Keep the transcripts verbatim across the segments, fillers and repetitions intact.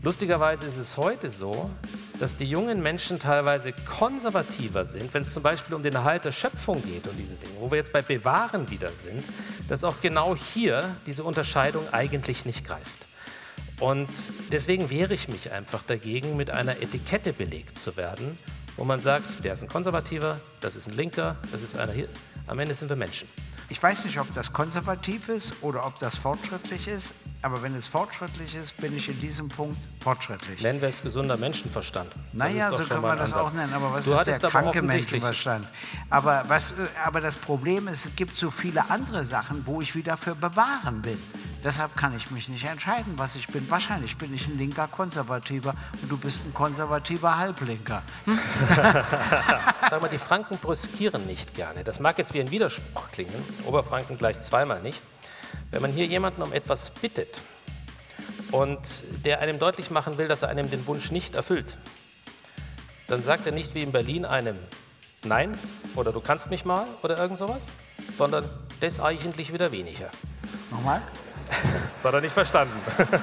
Lustigerweise ist es heute so, dass die jungen Menschen teilweise konservativer sind, wenn es zum Beispiel um den Erhalt der Schöpfung geht und diese Dinge, wo wir jetzt bei Bewahren wieder sind, dass auch genau hier diese Unterscheidung eigentlich nicht greift. Und deswegen wehre ich mich einfach dagegen, mit einer Etikette belegt zu werden, wo man sagt, der ist ein Konservativer, das ist ein Linker, das ist einer hier. Am Ende sind wir Menschen. Ich weiß nicht, ob das konservativ ist oder ob das fortschrittlich ist, aber wenn es fortschrittlich ist, bin ich in diesem Punkt fortschrittlich. Nennen wir es gesunder Menschenverstand. Naja, so kann man das auch nennen, aber was ist der kranke Menschenverstand? Aber, was, aber das Problem ist, es gibt so viele andere Sachen, wo ich wieder für Bewahren bin. Deshalb kann ich mich nicht entscheiden, was ich bin. Wahrscheinlich bin ich ein linker Konservativer und du bist ein konservativer Halblinker. Hm? Sag mal, die Franken brüskieren nicht gerne. Das mag jetzt wie ein Widerspruch klingen, Oberfranken gleich zweimal nicht. Wenn man hier jemanden um etwas bittet und der einem deutlich machen will, dass er einem den Wunsch nicht erfüllt, dann sagt er nicht wie in Berlin einem Nein oder du kannst mich mal oder irgend sowas, sondern das eigentlich wieder weniger. Nochmal? Das hat er nicht verstanden.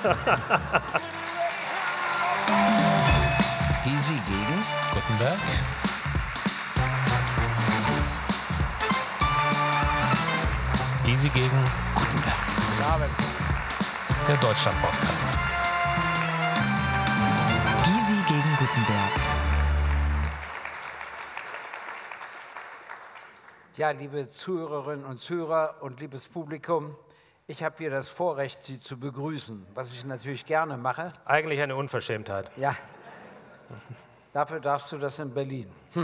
Gysi gegen Guttenberg. Gysi gegen Guttenberg. Der Deutschland-Podcast. Gysi gegen Guttenberg. Ja, liebe Zuhörerinnen und Zuhörer und liebes Publikum, ich habe hier das Vorrecht, Sie zu begrüßen, was ich natürlich gerne mache. Eigentlich eine Unverschämtheit. Ja, dafür darfst du das in Berlin. Hm.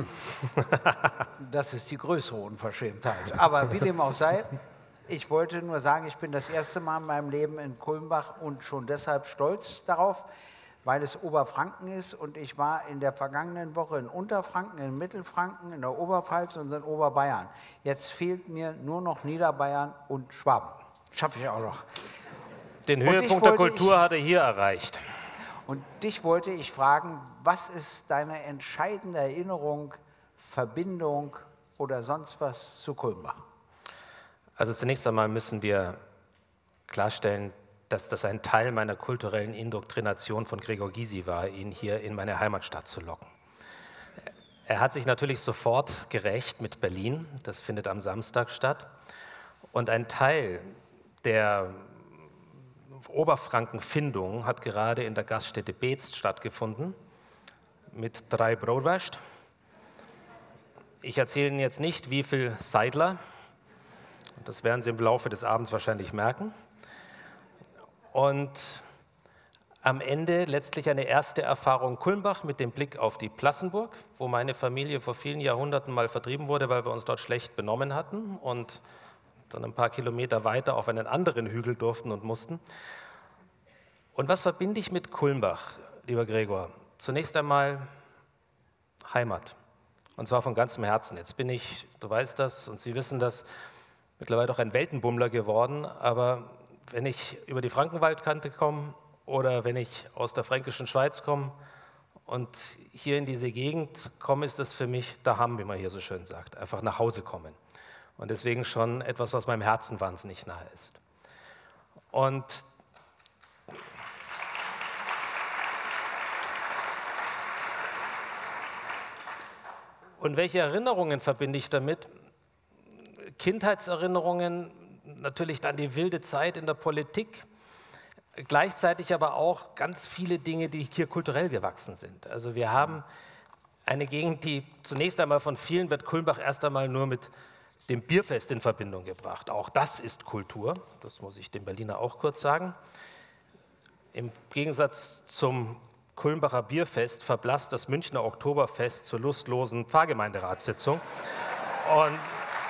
Das ist die größere Unverschämtheit. Aber wie dem auch sei, ich wollte nur sagen, ich bin das erste Mal in meinem Leben in Kulmbach und schon deshalb stolz darauf, weil es Oberfranken ist und ich war in der vergangenen Woche in Unterfranken, in Mittelfranken, in der Oberpfalz und in Oberbayern. Jetzt fehlt mir nur noch Niederbayern und Schwaben. Schaffe ich auch noch. Den Höhepunkt der Kultur ich, hat er hier erreicht. Und dich wollte ich fragen, was ist deine entscheidende Erinnerung, Verbindung oder sonst was zu Kulmbach? Also zunächst einmal müssen wir klarstellen, dass das ein Teil meiner kulturellen Indoktrination von Gregor Gysi war, ihn hier in meine Heimatstadt zu locken. Er hat sich natürlich sofort gerächt mit Berlin, das findet am Samstag statt. Und ein Teil der Oberfranken-Findung hat gerade in der Gaststätte Beetz stattgefunden mit drei Brotwurst. Ich erzähle Ihnen jetzt nicht, wie viel Seidler. Das werden Sie im Laufe des Abends wahrscheinlich merken. Und am Ende letztlich eine erste Erfahrung Kulmbach mit dem Blick auf die Plassenburg, wo meine Familie vor vielen Jahrhunderten mal vertrieben wurde, weil wir uns dort schlecht benommen hatten und dann ein paar Kilometer weiter auf einen anderen Hügel durften und mussten. Und was verbinde ich mit Kulmbach, lieber Gregor? Zunächst einmal Heimat. Und zwar von ganzem Herzen. Jetzt bin ich, du weißt das und Sie wissen das, mittlerweile auch ein Weltenbummler geworden. Aber wenn ich über die Frankenwaldkante komme oder wenn ich aus der fränkischen Schweiz komme und hier in diese Gegend komme, ist das für mich daheim, wie man hier so schön sagt. Einfach nach Hause kommen. Und deswegen schon etwas, was meinem Herzen wahnsinnig nahe ist. Und Und welche Erinnerungen verbinde ich damit? Kindheitserinnerungen, natürlich dann die wilde Zeit in der Politik, gleichzeitig aber auch ganz viele Dinge, die hier kulturell gewachsen sind. Also wir haben eine Gegend, die zunächst einmal von vielen wird Kulmbach erst einmal nur mit dem Bierfest in Verbindung gebracht. Auch das ist Kultur, das muss ich dem Berliner auch kurz sagen. Im Gegensatz zum Kulmbacher Bierfest verblasst das Münchner Oktoberfest zur lustlosen Pfarrgemeinderatssitzung. Und,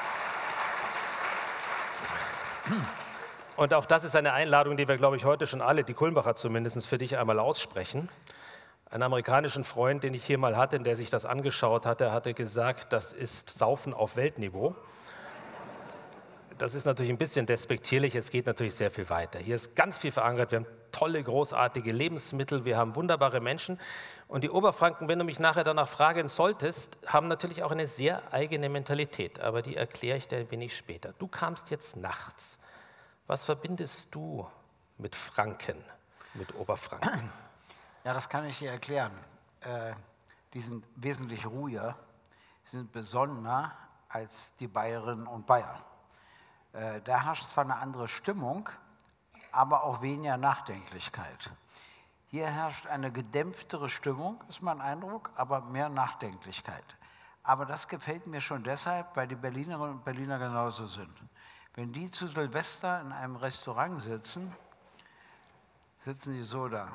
und auch das ist eine Einladung, die wir, glaube ich, heute schon alle, die Kulmbacher zumindest, für dich einmal aussprechen. Einen amerikanischen Freund, den ich hier mal hatte, der sich das angeschaut hatte, hatte gesagt, das ist Saufen auf Weltniveau. Das ist natürlich ein bisschen despektierlich, es geht natürlich sehr viel weiter. Hier ist ganz viel verankert, wir haben tolle, großartige Lebensmittel, wir haben wunderbare Menschen. Und die Oberfranken, wenn du mich nachher danach fragen solltest, haben natürlich auch eine sehr eigene Mentalität, aber die erkläre ich dir ein wenig später. Du kamst jetzt nachts. Was verbindest du mit Franken, mit Oberfranken? Ja, das kann ich dir erklären. Äh, die sind wesentlich ruhiger, sind besonnener als die Bayerinnen und Bayern. Äh, da herrscht zwar eine andere Stimmung, aber auch weniger Nachdenklichkeit. Hier herrscht eine gedämpftere Stimmung, ist mein Eindruck, aber mehr Nachdenklichkeit. Aber das gefällt mir schon deshalb, weil die Berlinerinnen und Berliner genauso sind. Wenn die zu Silvester in einem Restaurant sitzen, sitzen die so da.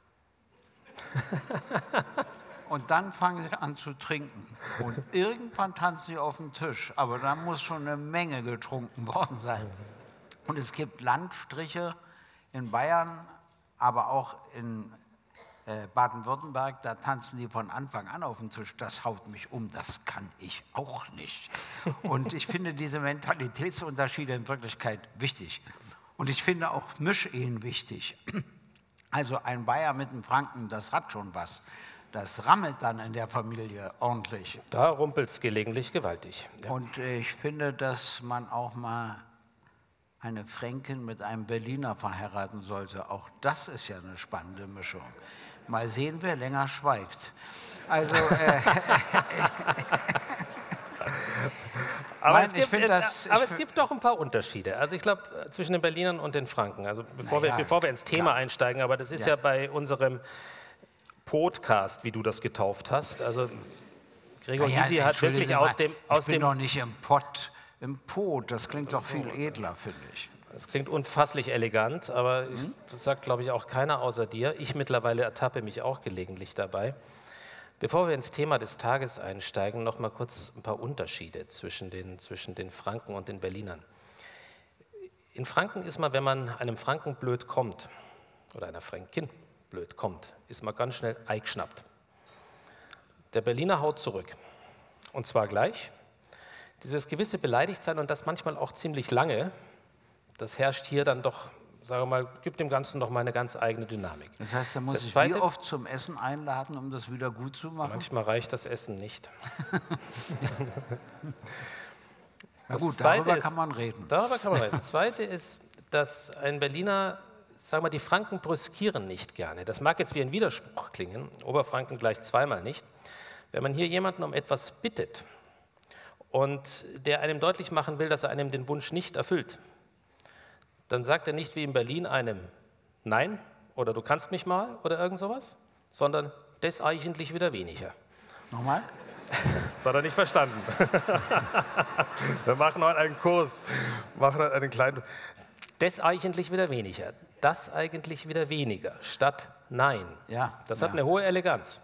Und dann fangen sie an zu trinken. Und irgendwann tanzen sie auf den Tisch. Aber da muss schon eine Menge getrunken worden sein. Und es gibt Landstriche in Bayern, aber auch in äh, Baden-Württemberg, da tanzen die von Anfang an auf den Tisch. Das haut mich um, das kann ich auch nicht. Und ich finde diese Mentalitätsunterschiede in Wirklichkeit wichtig. Und ich finde auch Mischehen wichtig. Also ein Bayer mit einem Franken, das hat schon was. Das rammelt dann in der Familie ordentlich. Da rumpelt es gelegentlich gewaltig. Ja. Und äh, ich finde, dass man auch mal eine Fränkin mit einem Berliner verheiraten sollte. Auch das ist ja eine spannende Mischung. Mal sehen, wer länger schweigt. Also, äh, aber, Nein, es, gibt, find, das, aber es gibt doch ein paar Unterschiede. Also ich glaube, zwischen den Berlinern und den Franken. Also bevor, naja, wir, bevor wir ins Thema klar. einsteigen, aber das ist ja, ja bei unserem Podcast, wie du das getauft hast. Also Gregor naja, Gysi hat wirklich aus dem... Aus ich bin dem doch nicht im Pott, im Pot. Das klingt doch viel edler, finde ich. Das klingt unfasslich elegant, aber ich, das sagt, glaube ich, auch keiner außer dir. Ich mittlerweile ertappe mich auch gelegentlich dabei. Bevor wir ins Thema des Tages einsteigen, noch mal kurz ein paar Unterschiede zwischen den, zwischen den Franken und den Berlinern. In Franken ist man, wenn man einem Franken blöd kommt, oder einer Fränkin blöd kommt, ist man ganz schnell eingeschnappt. Der Berliner haut zurück. Und zwar gleich. Dieses gewisse Beleidigtsein und das manchmal auch ziemlich lange, das herrscht hier dann doch, sagen wir mal, gibt dem Ganzen noch mal eine ganz eigene Dynamik. Das heißt, da muss das ich zweite, wie oft zum Essen einladen, um das wieder gut zu machen? Manchmal reicht das Essen nicht. Na gut, darüber ist, kann man reden. Darüber kann man reden. Das Zweite ist, dass ein Berliner, sagen wir, die Franken brüskieren nicht gerne. Das mag jetzt wie ein Widerspruch klingen, Oberfranken gleich zweimal nicht. Wenn man hier jemanden um etwas bittet und der einem deutlich machen will, dass er einem den Wunsch nicht erfüllt, dann sagt er nicht wie in Berlin einem Nein oder du kannst mich mal oder irgend sowas, sondern das eigentlich wieder weniger. Nochmal? Das hat er nicht verstanden. Wir machen heute einen Kurs, machen heute einen kleinen... Das eigentlich wieder weniger, das eigentlich wieder weniger, statt Nein. Ja, das ja. hat eine hohe Eleganz.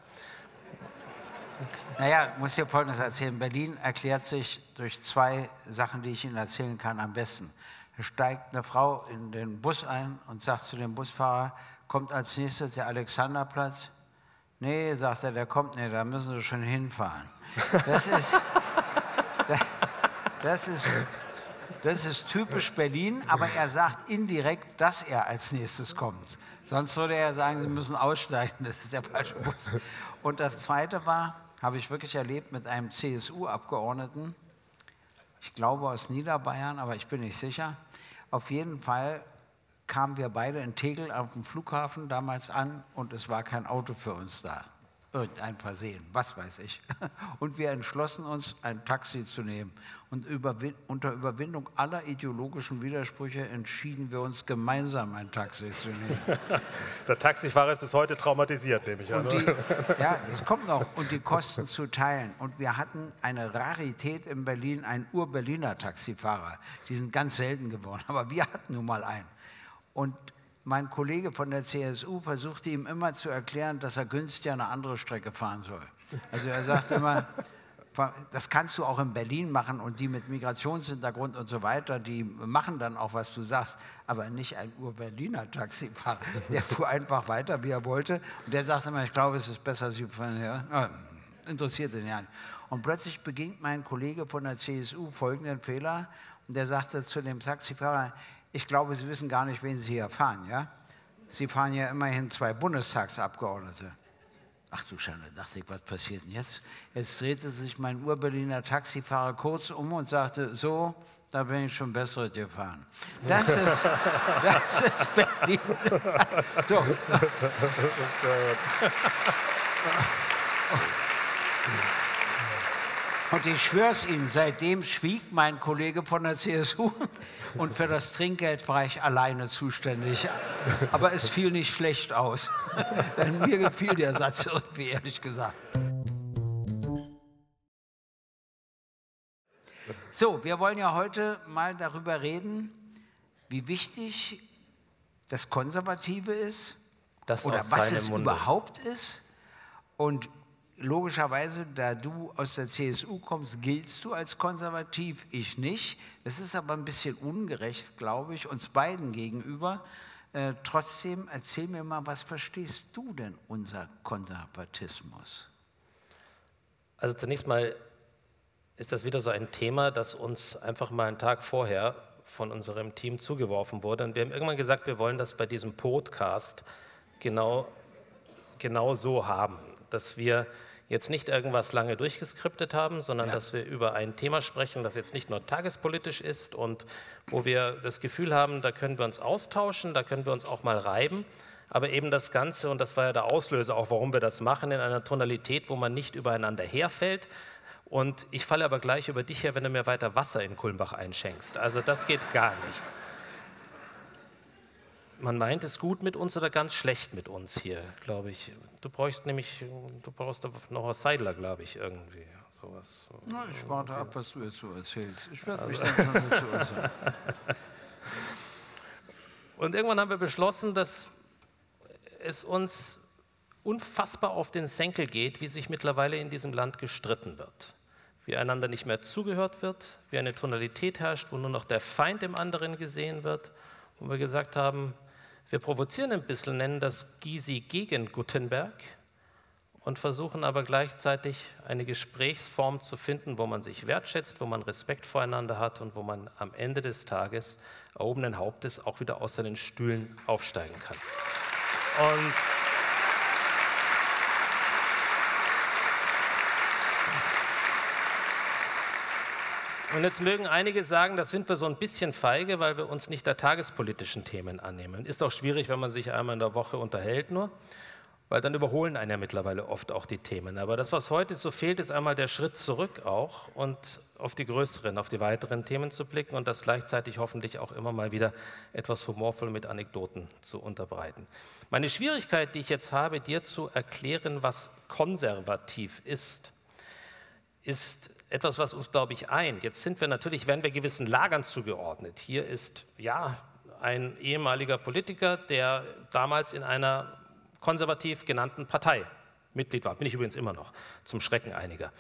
Naja, ich muss dir Folgendes erzählen. Berlin erklärt sich durch zwei Sachen, die ich Ihnen erzählen kann, am besten. Da steigt eine Frau in den Bus ein und sagt zu dem Busfahrer, kommt als nächstes der Alexanderplatz? Nee, sagt er, der kommt nicht, da müssen Sie schon hinfahren. Das ist, das, das ist, das ist typisch Berlin, aber er sagt indirekt, dass er als nächstes kommt. Sonst würde er sagen, Sie müssen aussteigen, das ist der falsche Bus. Und das Zweite war, habe ich wirklich erlebt mit einem C S U-Abgeordneten, ich glaube aus Niederbayern, aber ich bin nicht sicher. Auf jeden Fall kamen wir beide in Tegel auf dem Flughafen damals an und es war kein Auto für uns da. Irgendein Versehen, was weiß ich. Und wir entschlossen uns, ein Taxi zu nehmen. Und überwin- unter Überwindung aller ideologischen Widersprüche entschieden wir uns, gemeinsam ein Taxi zu nehmen. Der Taxifahrer ist bis heute traumatisiert, nehme ich an. Und die, ja, das kommt noch. Und die Kosten zu teilen. Und wir hatten eine Rarität in Berlin, einen Ur-Berliner Taxifahrer. Die sind ganz selten geworden, aber wir hatten nun mal einen. Und mein Kollege von der C S U versuchte ihm immer zu erklären, dass er günstiger eine andere Strecke fahren soll. Also er sagte immer, das kannst du auch in Berlin machen und die mit Migrationshintergrund und so weiter, die machen dann auch, was du sagst, aber nicht ein Ur-Berliner Taxifahrer. Der fuhr einfach weiter, wie er wollte und der sagte immer, ich glaube, es ist besser, Sie fahren her. Ja, interessiert ihn ja nicht. Und plötzlich beging mein Kollege von der C S U folgenden Fehler und der sagte zu dem Taxifahrer, ich glaube, Sie wissen gar nicht, wen Sie hier fahren, ja? Sie fahren ja immerhin zwei Bundestagsabgeordnete. Ach du Schande, dachte ich, was passiert denn jetzt? Jetzt drehte sich mein Ur-Berliner Taxifahrer kurz um und sagte, so, da bin ich schon bessere gefahren. Das ist, das ist Berlin. So. Und ich schwöre es Ihnen, seitdem schwieg mein Kollege von der C S U und für das Trinkgeld war ich alleine zuständig. Aber es fiel nicht schlecht aus. Mir gefiel der Satz irgendwie, ehrlich gesagt. So, wir wollen ja heute mal darüber reden, wie wichtig das Konservative ist Das oder aus was seinem es Munde. überhaupt ist. Und logischerweise, da du aus der C S U kommst, giltst du als konservativ, ich nicht. Das ist aber ein bisschen ungerecht, glaube ich, uns beiden gegenüber. Äh, trotzdem, erzähl mir mal, was verstehst du denn unser Konservatismus? Also zunächst mal ist das wieder so ein Thema, das uns einfach mal einen Tag vorher von unserem Team zugeworfen wurde. Und wir haben irgendwann gesagt, wir wollen das bei diesem Podcast genau, genau so haben, dass wir jetzt nicht irgendwas lange durchgeskriptet haben, sondern ja. dass wir über ein Thema sprechen, das jetzt nicht nur tagespolitisch ist und wo wir das Gefühl haben, da können wir uns austauschen, da können wir uns auch mal reiben, aber eben das Ganze, und das war ja der Auslöser auch, warum wir das machen, in einer Tonalität, wo man nicht übereinander herfällt. Und ich falle aber gleich über dich her, wenn du mir weiter Wasser in Kulmbach einschenkst. Also das geht gar nicht. Man meint es gut mit uns oder ganz schlecht mit uns hier, glaube ich. Du brauchst nämlich, du brauchst noch was Seidler, glaube ich, irgendwie. Sowas. Na, ich warte ab, was du jetzt so erzählst. Ich werde mich dann schon dazu äußern. Und irgendwann haben wir beschlossen, dass es uns unfassbar auf den Senkel geht, wie sich mittlerweile in diesem Land gestritten wird. Wie einander nicht mehr zugehört wird, wie eine Tonalität herrscht, wo nur noch der Feind im anderen gesehen wird. Und wir gesagt haben, wir provozieren ein bisschen, nennen das Gysi gegen Gutenberg und versuchen aber gleichzeitig eine Gesprächsform zu finden, wo man sich wertschätzt, wo man Respekt voreinander hat und wo man am Ende des Tages erhobenen Hauptes auch wieder aus seinen Stühlen aufsteigen kann. Und Und jetzt mögen einige sagen, das sind wir so ein bisschen feige, weil wir uns nicht der tagespolitischen Themen annehmen. Ist auch schwierig, wenn man sich einmal in der Woche unterhält nur, weil dann überholen einen ja mittlerweile oft auch die Themen. Aber das, was heute so fehlt, ist einmal der Schritt zurück auch und auf die größeren, auf die weiteren Themen zu blicken und das gleichzeitig hoffentlich auch immer mal wieder etwas humorvoll mit Anekdoten zu unterbreiten. Meine Schwierigkeit, die ich jetzt habe, dir zu erklären, was konservativ ist, ist etwas, was uns, glaube ich, eint. Jetzt sind wir natürlich, werden wir gewissen Lagern zugeordnet. Hier ist, ja, ein ehemaliger Politiker, der damals in einer konservativ genannten Partei Mitglied war. Bin ich übrigens immer noch, zum Schrecken einiger.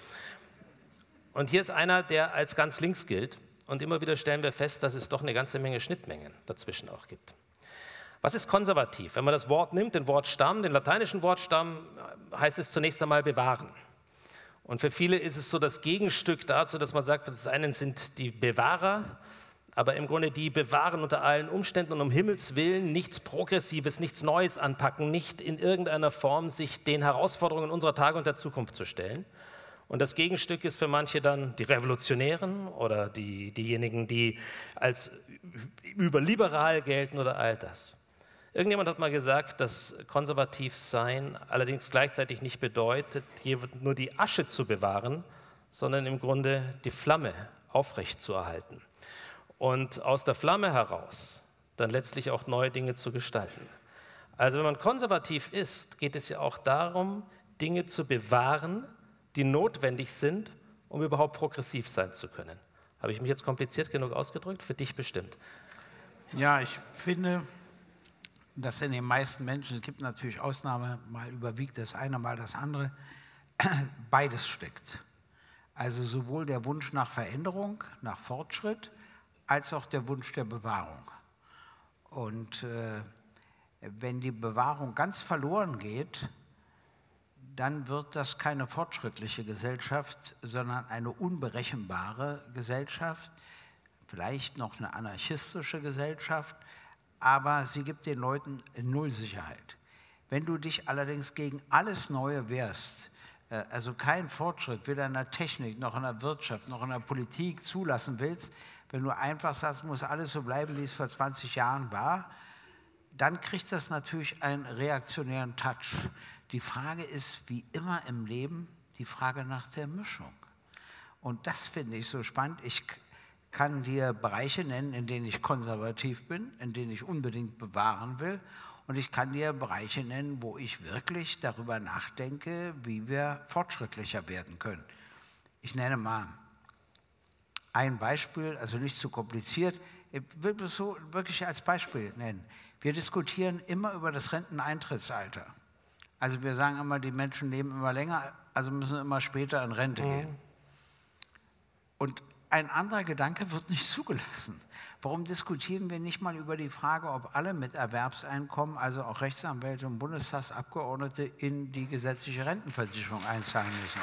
Und hier ist einer, der als ganz links gilt. Und immer wieder stellen wir fest, dass es doch eine ganze Menge Schnittmengen dazwischen auch gibt. Was ist konservativ? Wenn man das Wort nimmt, den Wortstamm, den lateinischen Wortstamm, heißt es zunächst einmal bewahren. Und für viele ist es so das Gegenstück dazu, dass man sagt, das einen sind die Bewahrer, aber im Grunde die bewahren unter allen Umständen und um Himmels Willen nichts Progressives, nichts Neues anpacken, nicht in irgendeiner Form sich den Herausforderungen unserer Tage und der Zukunft zu stellen. Und das Gegenstück ist für manche dann die Revolutionären oder die, diejenigen, die als überliberal gelten oder all das. Irgendjemand hat mal gesagt, dass konservativ sein allerdings gleichzeitig nicht bedeutet, nur die Asche zu bewahren, sondern im Grunde die Flamme aufrechtzuerhalten. Und aus der Flamme heraus dann letztlich auch neue Dinge zu gestalten. Also wenn man konservativ ist, geht es ja auch darum, Dinge zu bewahren, die notwendig sind, um überhaupt progressiv sein zu können. Habe ich mich jetzt kompliziert genug ausgedrückt? Für dich bestimmt. Ja, ich finde, dass in den meisten Menschen, es gibt natürlich Ausnahmen, mal überwiegt das eine, mal das andere, beides steckt. Also sowohl der Wunsch nach Veränderung, nach Fortschritt, als auch der Wunsch der Bewahrung. Und äh, wenn die Bewahrung ganz verloren geht, dann wird das keine fortschrittliche Gesellschaft, sondern eine unberechenbare Gesellschaft, vielleicht noch eine anarchistische Gesellschaft, aber sie gibt den Leuten null Sicherheit. Wenn du dich allerdings gegen alles Neue wehrst, also keinen Fortschritt weder in der Technik, noch in der Wirtschaft, noch in der Politik zulassen willst, Wenn du einfach sagst, muss alles so bleiben, wie es vor zwanzig Jahren war, dann kriegt das natürlich einen reaktionären Touch. Die Frage ist, wie immer im Leben, die Frage nach der Mischung. Und das finde ich so spannend. Ich kann dir Bereiche nennen, in denen ich konservativ bin, in denen ich unbedingt bewahren will. Und ich kann dir Bereiche nennen, wo ich wirklich darüber nachdenke, wie wir fortschrittlicher werden können. Ich nenne mal ein Beispiel, also nicht zu kompliziert. Ich will es so wirklich als Beispiel nennen. Wir diskutieren immer über das Renteneintrittsalter. Also wir sagen immer, die Menschen leben immer länger, also müssen immer später in Rente mhm. gehen. Und ein anderer Gedanke wird nicht zugelassen. Warum diskutieren wir nicht mal über die Frage, ob alle mit Erwerbseinkommen, also auch Rechtsanwälte und Bundestagsabgeordnete, in die gesetzliche Rentenversicherung einzahlen müssen?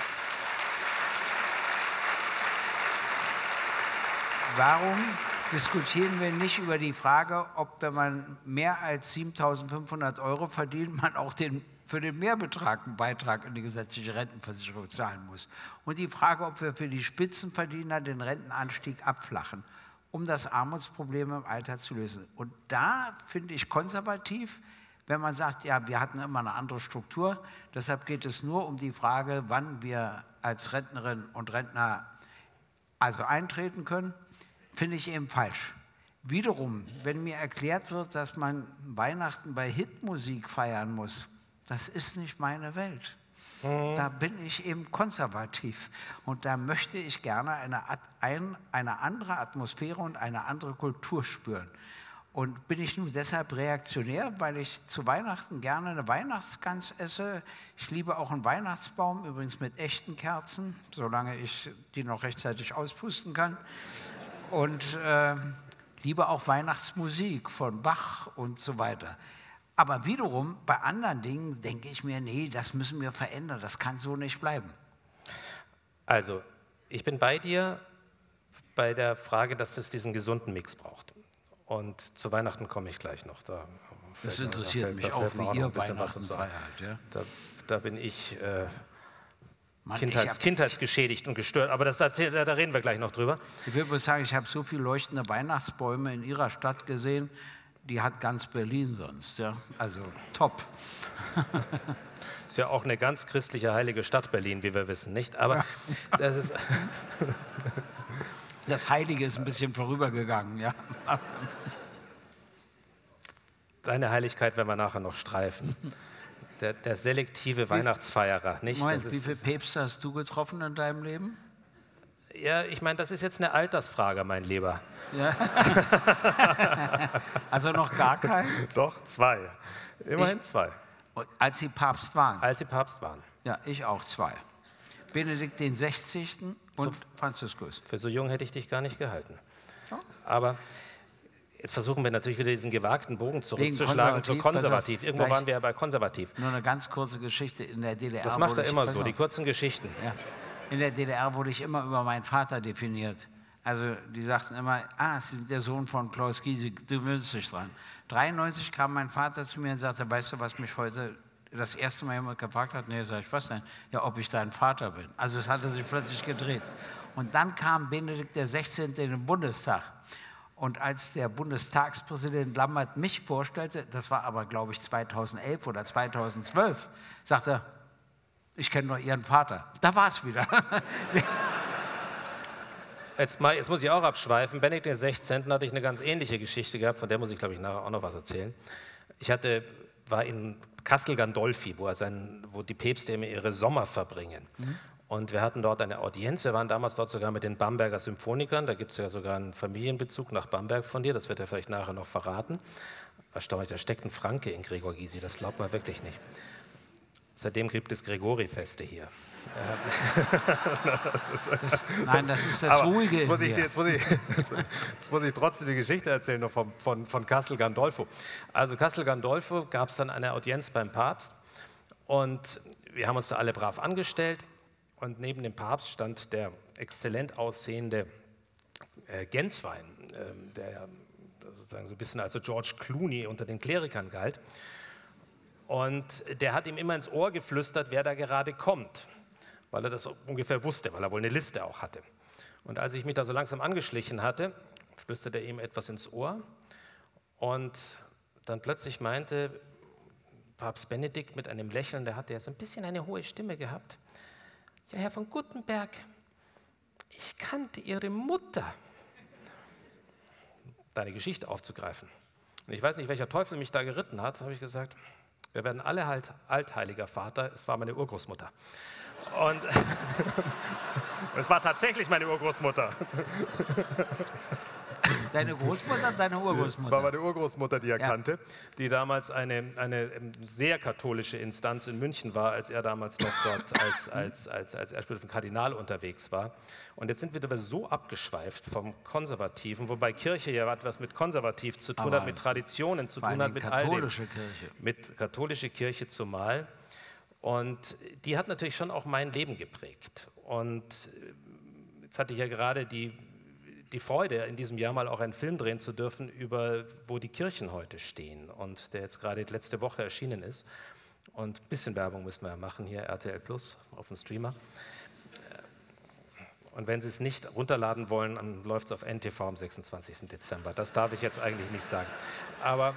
Warum diskutieren wir nicht über die Frage, ob, wenn man mehr als siebentausendfünfhundert Euro verdient, man auch den, für den Mehrbetrag einen Beitrag in die gesetzliche Rentenversicherung zahlen muss? Und die Frage, ob wir für die Spitzenverdiener den Rentenanstieg abflachen, um das Armutsproblem im Alter zu lösen. Und da finde ich konservativ, wenn man sagt, ja, wir hatten immer eine andere Struktur, deshalb geht es nur um die Frage, wann wir als Rentnerinnen und Rentner also eintreten können, finde ich eben falsch. Wiederum, wenn mir erklärt wird, dass man Weihnachten bei Hitmusik feiern muss, das ist nicht meine Welt. Mhm. Da bin ich eben konservativ. Und da möchte ich gerne eine, ein, eine andere Atmosphäre und eine andere Kultur spüren. Und bin ich nun deshalb reaktionär, weil ich zu Weihnachten gerne eine Weihnachtsgans esse. Ich liebe auch einen Weihnachtsbaum, übrigens mit echten Kerzen, solange ich die noch rechtzeitig auspusten kann. Und äh, liebe auch Weihnachtsmusik von Bach und so weiter. Aber wiederum, bei anderen Dingen denke ich mir, nee, das müssen wir verändern, das kann so nicht bleiben. Also, ich bin bei dir bei der Frage, dass es diesen gesunden Mix braucht. Und zu Weihnachten komme ich gleich noch. Da das interessiert da fällt, mich da auch, wie ihr Weihnachten feiert. Ja? Da, da bin ich... Äh, Mann, Kindheits, ich kindheitsgeschädigt und gestört, aber das erzählt, da reden wir gleich noch drüber. Ich will bloß sagen, ich habe so viele leuchtende Weihnachtsbäume in Ihrer Stadt gesehen, die hat ganz Berlin sonst, ja, also top. Ist ja auch eine ganz christliche, heilige Stadt Berlin, wie wir wissen, nicht? Aber ja. das ist... Das Heilige ist ein bisschen vorübergegangen, ja. Deine Heiligkeit werden wir nachher noch streifen. Der, der selektive wie, Weihnachtsfeierer, nicht? Moment, das ist, wie viele Päpste hast du getroffen in deinem Leben? Ja, ich meine, das ist jetzt eine Altersfrage, mein Lieber. Ja. Also noch gar keinen? Doch, zwei. Immerhin ich, zwei. Als Sie Papst waren? Als Sie Papst waren. Ja, ich auch zwei. Benedikt den sechzigsten und so, Franziskus. Für so jung hätte ich dich gar nicht gehalten. Ja. Aber... Jetzt versuchen wir natürlich wieder diesen gewagten Bogen zurückzuschlagen zu konservativ. Irgendwo waren wir ja bei konservativ. Nur eine ganz kurze Geschichte in der D D R. Das macht er immer so, die kurzen Geschichten. Ja. In der D D R wurde ich immer über meinen Vater definiert. Also die sagten immer, ah, Sie sind der Sohn von Klaus Giesig, du gewöhnst dich dran. neunzehnhundertdreiundneunzig kam mein Vater zu mir und sagte, weißt du, was mich heute das erste Mal jemand gefragt hat? Nee, sag ich, was denn? Ja, ob ich dein Vater bin. Also es hatte sich plötzlich gedreht. Und dann kam Benedikt der sechzehnte in den Bundestag. Und als der Bundestagspräsident Lammert mich vorstellte, das war aber, glaube ich, zweitausendelf oder zweitausendzwölf, sagte er, ich kenne nur Ihren Vater. Da war es wieder. Jetzt, mal, jetzt muss ich auch abschweifen. Benedikt der sechzehnte hatte ich eine ganz ähnliche Geschichte gehabt, von der muss ich, glaube ich, nachher auch noch was erzählen. Ich hatte, war in Castel Gandolfi, wo, er sein, wo die Päpste immer ihre Sommer verbringen. Mhm. Und wir hatten dort eine Audienz. Wir waren damals dort sogar mit den Bamberger Symphonikern. Da gibt es ja sogar einen Familienbezug nach Bamberg von dir. Das wird er vielleicht nachher noch verraten. Erstaunlich, da steckt ein Franke in Gregor Gysi. Das glaubt man wirklich nicht. Seitdem gibt es Gregori-Feste hier. das ist, das, nein, das ist das Ruhige. Jetzt muss, ich, jetzt, muss ich, jetzt muss ich trotzdem die Geschichte erzählen noch von, von, von Castel Gandolfo. Also Castel Gandolfo gab es dann eine Audienz beim Papst. Und wir haben uns da alle brav angestellt. Und neben dem Papst stand der exzellent aussehende äh, Genswein, äh, der ja sozusagen so ein bisschen als George Clooney unter den Klerikern galt. Und der hat ihm immer ins Ohr geflüstert, wer da gerade kommt, weil er das ungefähr wusste, weil er wohl eine Liste auch hatte. Und als ich mich da so langsam angeschlichen hatte flüsterte ihm etwas ins Ohr und dann plötzlich meinte Papst Benedikt mit einem Lächeln, der hatte ja so ein bisschen eine hohe Stimme gehabt, ja, Herr von Guttenberg, ich kannte Ihre Mutter. Deine Geschichte aufzugreifen. Und ich weiß nicht, welcher Teufel mich da geritten hat, habe ich gesagt, wir werden alle halt altheiliger Vater, es war meine Urgroßmutter. Und es war tatsächlich meine Urgroßmutter. Deine Großmutter, deine Urgroßmutter? Das war meine Urgroßmutter, die er ja. kannte, die damals eine, eine sehr katholische Instanz in München war, als er damals noch dort als, als, als, als Erzbischof und Kardinal unterwegs war. Und jetzt sind wir dabei so abgeschweift vom Konservativen, wobei Kirche ja etwas mit konservativ zu tun Aber hat, mit Traditionen zu tun hat, mit all dem. Katholische Kirche. Mit katholische Kirche zumal. Und die hat natürlich schon auch mein Leben geprägt. Und jetzt hatte ich ja gerade die die Freude, in diesem Jahr mal auch einen Film drehen zu dürfen, über wo die Kirchen heute stehen und der jetzt gerade letzte Woche erschienen ist. Und ein bisschen Werbung müssen wir ja machen hier, R T L Plus auf dem Streamer. Und wenn Sie es nicht runterladen wollen, dann läuft es auf N T V am sechsundzwanzigsten Dezember. Das darf ich jetzt eigentlich nicht sagen. Aber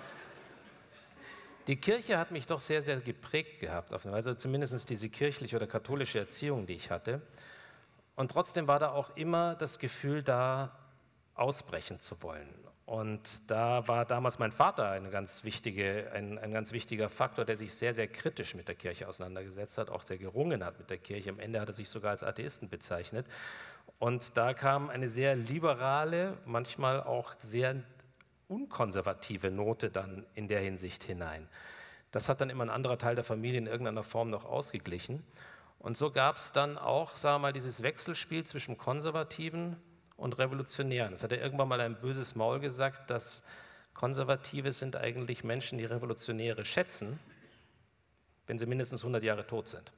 die Kirche hat mich doch sehr, sehr geprägt gehabt, auf eine Weise, zumindest diese kirchliche oder katholische Erziehung, die ich hatte. Und trotzdem war da auch immer das Gefühl da, ausbrechen zu wollen. Und da war damals mein Vater eine ganz wichtige, ein, ein ganz wichtiger Faktor, der sich sehr, sehr kritisch mit der Kirche auseinandergesetzt hat, auch sehr gerungen hat mit der Kirche. Am Ende hat er sich sogar als Atheisten bezeichnet. Und da kam eine sehr liberale, manchmal auch sehr unkonservative Note dann in der Hinsicht hinein. Das hat dann immer ein anderer Teil der Familie in irgendeiner Form noch ausgeglichen. Und so gab es dann auch, sagen wir mal, dieses Wechselspiel zwischen Konservativen und Revolutionären. Das hat er irgendwann mal ein böses Maul gesagt, dass Konservative sind eigentlich Menschen, die Revolutionäre schätzen, wenn sie mindestens hundert Jahre tot sind.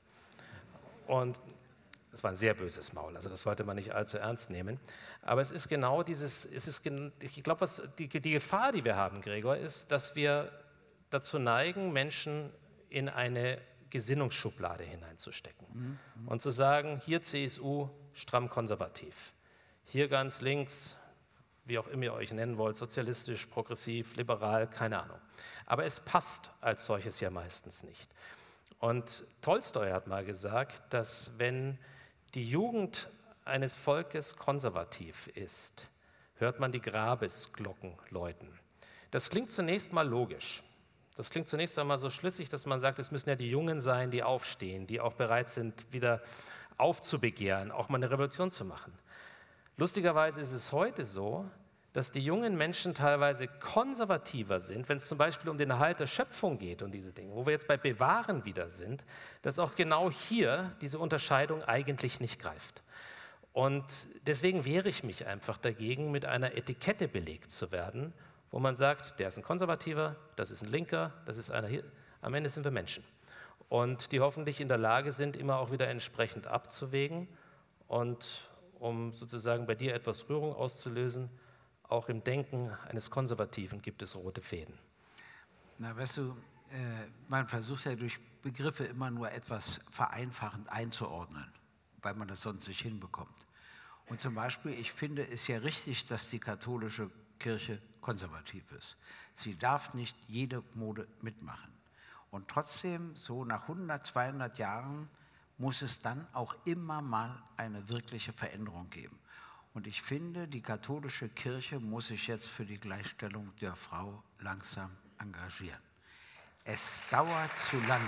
Und das war ein sehr böses Maul, also das wollte man nicht allzu ernst nehmen. Aber es ist genau dieses, es ist, ich glaube, was die, die Gefahr, die wir haben, Gregor, ist, dass wir dazu neigen, Menschen in eine Gesinnungsschublade hineinzustecken mhm. und zu sagen, hier C S U stramm konservativ, hier ganz links, wie auch immer ihr euch nennen wollt, sozialistisch, progressiv, liberal, keine Ahnung. Aber es passt als solches ja meistens nicht. Und Tolstoi hat mal gesagt, dass wenn die Jugend eines Volkes konservativ ist, hört man die Grabesglocken läuten. Das klingt zunächst mal logisch. Das klingt zunächst einmal so schlüssig, dass man sagt, es müssen ja die Jungen sein, die aufstehen, die auch bereit sind, wieder aufzubegehren, auch mal eine Revolution zu machen. Lustigerweise ist es heute so, dass die jungen Menschen teilweise konservativer sind, wenn es zum Beispiel um den Erhalt der Schöpfung geht und diese Dinge, wo wir jetzt bei Bewahren wieder sind, dass auch genau hier diese Unterscheidung eigentlich nicht greift. Und deswegen wehre ich mich einfach dagegen, mit einer Etikette belegt zu werden, wo man sagt, der ist ein Konservativer, das ist ein Linker, das ist einer hier. Am Ende sind wir Menschen. Und die hoffentlich in der Lage sind, immer auch wieder entsprechend abzuwägen. Und um sozusagen bei dir etwas Rührung auszulösen, auch im Denken eines Konservativen gibt es rote Fäden. Na, weißt du, äh, man versucht ja durch Begriffe immer nur etwas vereinfachend einzuordnen, weil man das sonst nicht hinbekommt. Und zum Beispiel, ich finde es ja richtig, dass die katholische Kirche konservativ ist. Sie darf nicht jede Mode mitmachen. Und trotzdem, so nach hundert, zweihundert Jahren, muss es dann auch immer mal eine wirkliche Veränderung geben. Und ich finde, die katholische Kirche muss sich jetzt für die Gleichstellung der Frau langsam engagieren. Es dauert zu lange.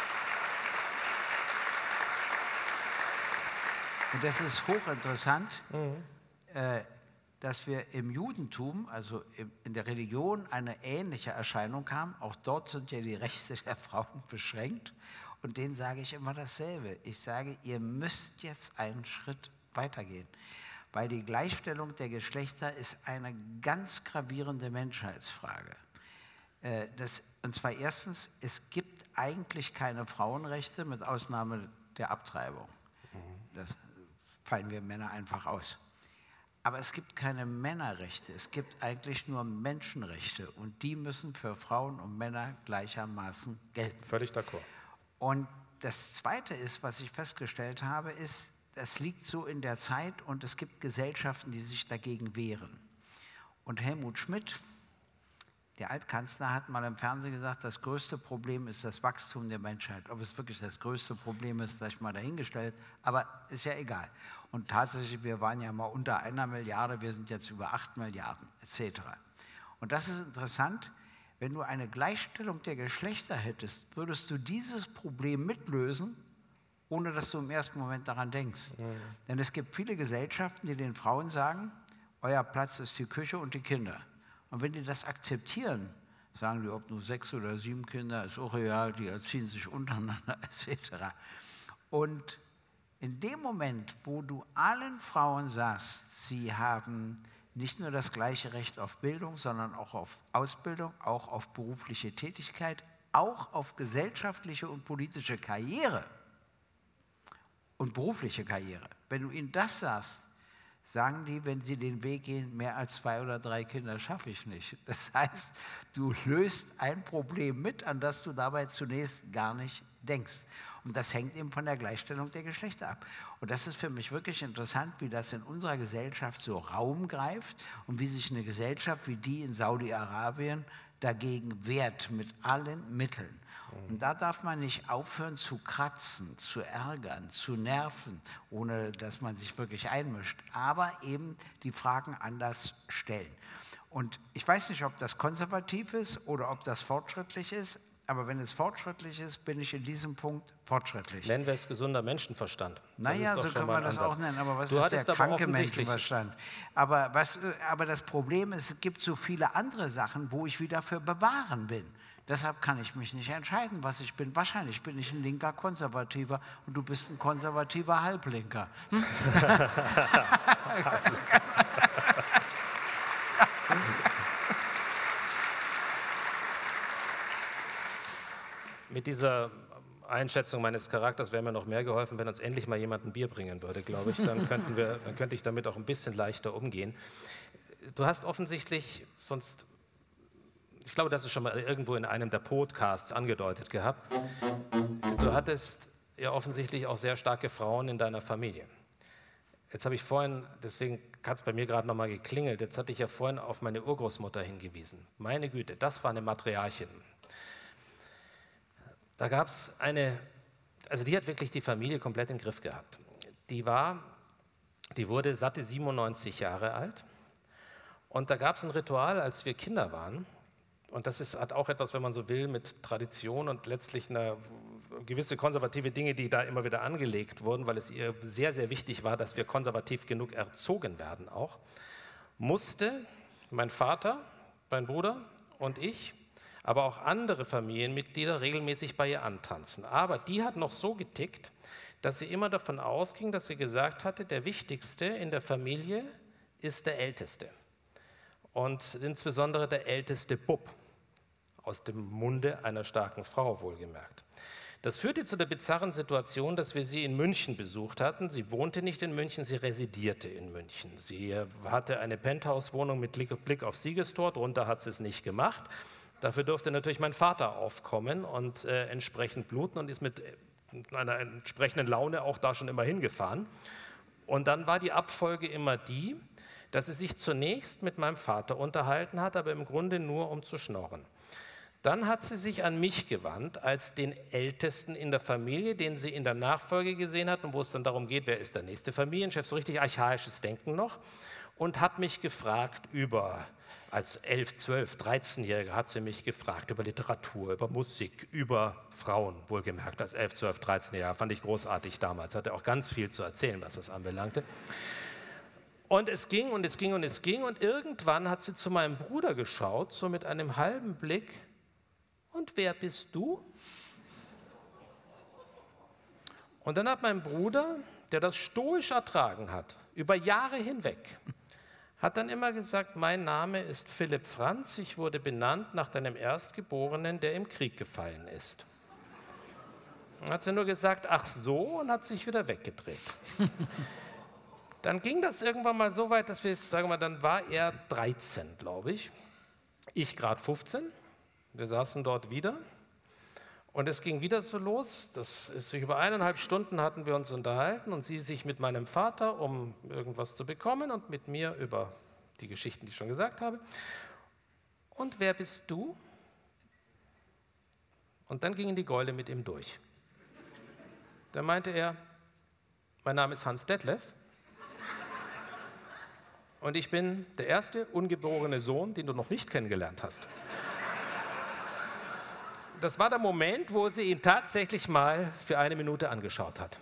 Und das ist hochinteressant, mhm. äh, dass wir im Judentum, also in der Religion, eine ähnliche Erscheinung haben. Auch dort sind ja die Rechte der Frauen beschränkt. Und denen sage ich immer dasselbe. Ich sage, ihr müsst jetzt einen Schritt weitergehen. Weil die Gleichstellung der Geschlechter ist eine ganz gravierende Menschheitsfrage. Das, und zwar erstens, es gibt eigentlich keine Frauenrechte mit Ausnahme der Abtreibung. Das fallen wir Männer einfach aus. Aber es gibt keine Männerrechte, es gibt eigentlich nur Menschenrechte und die müssen für Frauen und Männer gleichermaßen gelten. Völlig d'accord. Und das Zweite ist, was ich festgestellt habe, ist, das liegt so in der Zeit und es gibt Gesellschaften, die sich dagegen wehren. Und Helmut Schmidt, der Altkanzler, hat mal im Fernsehen gesagt, das größte Problem ist das Wachstum der Menschheit. Ob es wirklich das größte Problem ist, gleich mal dahingestellt, aber ist ja egal. Und tatsächlich, wir waren ja mal unter einer Milliarde, wir sind jetzt über acht Milliarden et cetera. Und das ist interessant, wenn du eine Gleichstellung der Geschlechter hättest, würdest du dieses Problem mitlösen, ohne dass du im ersten Moment daran denkst. Mhm. Denn es gibt viele Gesellschaften, die den Frauen sagen, euer Platz ist die Küche und die Kinder. Und wenn die das akzeptieren, sagen die, ob nur sechs oder sieben Kinder, ist auch real, die erziehen sich untereinander et cetera. Und in dem Moment, wo du allen Frauen sagst, sie haben nicht nur das gleiche Recht auf Bildung, sondern auch auf Ausbildung, auch auf berufliche Tätigkeit, auch auf gesellschaftliche und politische Karriere und berufliche Karriere. Wenn du ihnen das sagst, sagen die, wenn sie den Weg gehen, mehr als zwei oder drei Kinder schaffe ich nicht. Das heißt, du löst ein Problem mit, an das du dabei zunächst gar nicht denkst. Und das hängt eben von der Gleichstellung der Geschlechter ab. Und das ist für mich wirklich interessant, wie das in unserer Gesellschaft so Raum greift und wie sich eine Gesellschaft wie die in Saudi-Arabien dagegen wehrt mit allen Mitteln. Und da darf man nicht aufhören zu kratzen, zu ärgern, zu nerven, ohne dass man sich wirklich einmischt, aber eben die Fragen anders stellen. Und ich weiß nicht, ob das konservativ ist oder ob das fortschrittlich ist, aber wenn es fortschrittlich ist, bin ich in diesem Punkt fortschrittlich. Nennen wir es gesunder Menschenverstand. Naja, so können wir das auch nennen, aber was du ist der kranke offensichtlich Menschenverstand? Aber, was, aber das Problem ist, es gibt so viele andere Sachen, wo ich wieder für bewahren bin. Deshalb kann ich mich nicht entscheiden, was ich bin. Wahrscheinlich bin ich ein linker Konservativer und du bist ein konservativer Halblinker. Hm? Mit dieser Einschätzung meines Charakters wäre mir noch mehr geholfen, wenn uns endlich mal jemand ein Bier bringen würde, glaube ich. Dann, könnten wir, dann könnte ich damit auch ein bisschen leichter umgehen. Du hast offensichtlich sonst, ich glaube, das ist schon mal irgendwo in einem der Podcasts angedeutet gehabt, du hattest ja offensichtlich auch sehr starke Frauen in deiner Familie. Jetzt habe ich vorhin, deswegen hat es bei mir gerade noch mal geklingelt, jetzt hatte ich ja vorhin auf meine Urgroßmutter hingewiesen. Meine Güte, das war eine Matriarchin. Da gab es eine, also die hat wirklich die Familie komplett im Griff gehabt. Die war, die wurde satte siebenundneunzig Jahre alt und da gab es ein Ritual, als wir Kinder waren. Und das ist, hat auch etwas, wenn man so will, mit Tradition und letztlich eine gewisse konservative Dinge, die da immer wieder angelegt wurden, weil es ihr sehr, sehr wichtig war, dass wir konservativ genug erzogen werden auch, musste mein Vater, mein Bruder und ich, aber auch andere Familienmitglieder regelmäßig bei ihr antanzen. Aber die hat noch so getickt, dass sie immer davon ausging, dass sie gesagt hatte, der Wichtigste in der Familie ist der Älteste. Und insbesondere der älteste Bub, aus dem Munde einer starken Frau wohlgemerkt. Das führte zu der bizarren Situation, dass wir sie in München besucht hatten. Sie wohnte nicht in München, sie residierte in München. Sie hatte eine Penthouse-Wohnung mit Blick auf Siegestor, darunter hat sie es nicht gemacht. Dafür durfte natürlich mein Vater aufkommen und äh, entsprechend bluten und ist mit einer entsprechenden Laune auch da schon immer hingefahren. Und dann war die Abfolge immer die, dass sie sich zunächst mit meinem Vater unterhalten hat, aber im Grunde nur um zu schnorren. Dann hat sie sich an mich gewandt, als den Ältesten in der Familie, den sie in der Nachfolge gesehen hat und wo es dann darum geht, wer ist der nächste Familienchef, so richtig archaisches Denken noch, und hat mich gefragt über, als elf, zwölf, dreizehnjährige hat sie mich gefragt über Literatur, über Musik, über Frauen, wohlgemerkt, als elf, zwölf, dreizehnjährige, fand ich großartig damals, hatte auch ganz viel zu erzählen, was das anbelangte. Und es ging und es ging und es ging und irgendwann hat sie zu meinem Bruder geschaut, so mit einem halben Blick, und wer bist du? Und dann hat mein Bruder, der das stoisch ertragen hat, über Jahre hinweg, hat dann immer gesagt, mein Name ist Philipp Franz, ich wurde benannt nach deinem Erstgeborenen, der im Krieg gefallen ist. Dann hat sie nur gesagt, ach so, und hat sich wieder weggedreht. Dann ging das irgendwann mal so weit, dass wir, sagen wir mal, dann war er dreizehn, glaube ich, ich gerade fünfzehn, wir saßen dort wieder. Und es ging wieder so los, das ist, über eineinhalb Stunden hatten wir uns unterhalten und sie sich mit meinem Vater, um irgendwas zu bekommen und mit mir über die Geschichten, die ich schon gesagt habe. Und wer bist du? Und dann gingen die Gäule mit ihm durch. Da meinte er, mein Name ist Hans Detlef und ich bin der erste ungeborene Sohn, den du noch nicht kennengelernt hast. Das war der Moment, wo sie ihn tatsächlich mal für eine Minute angeschaut hat.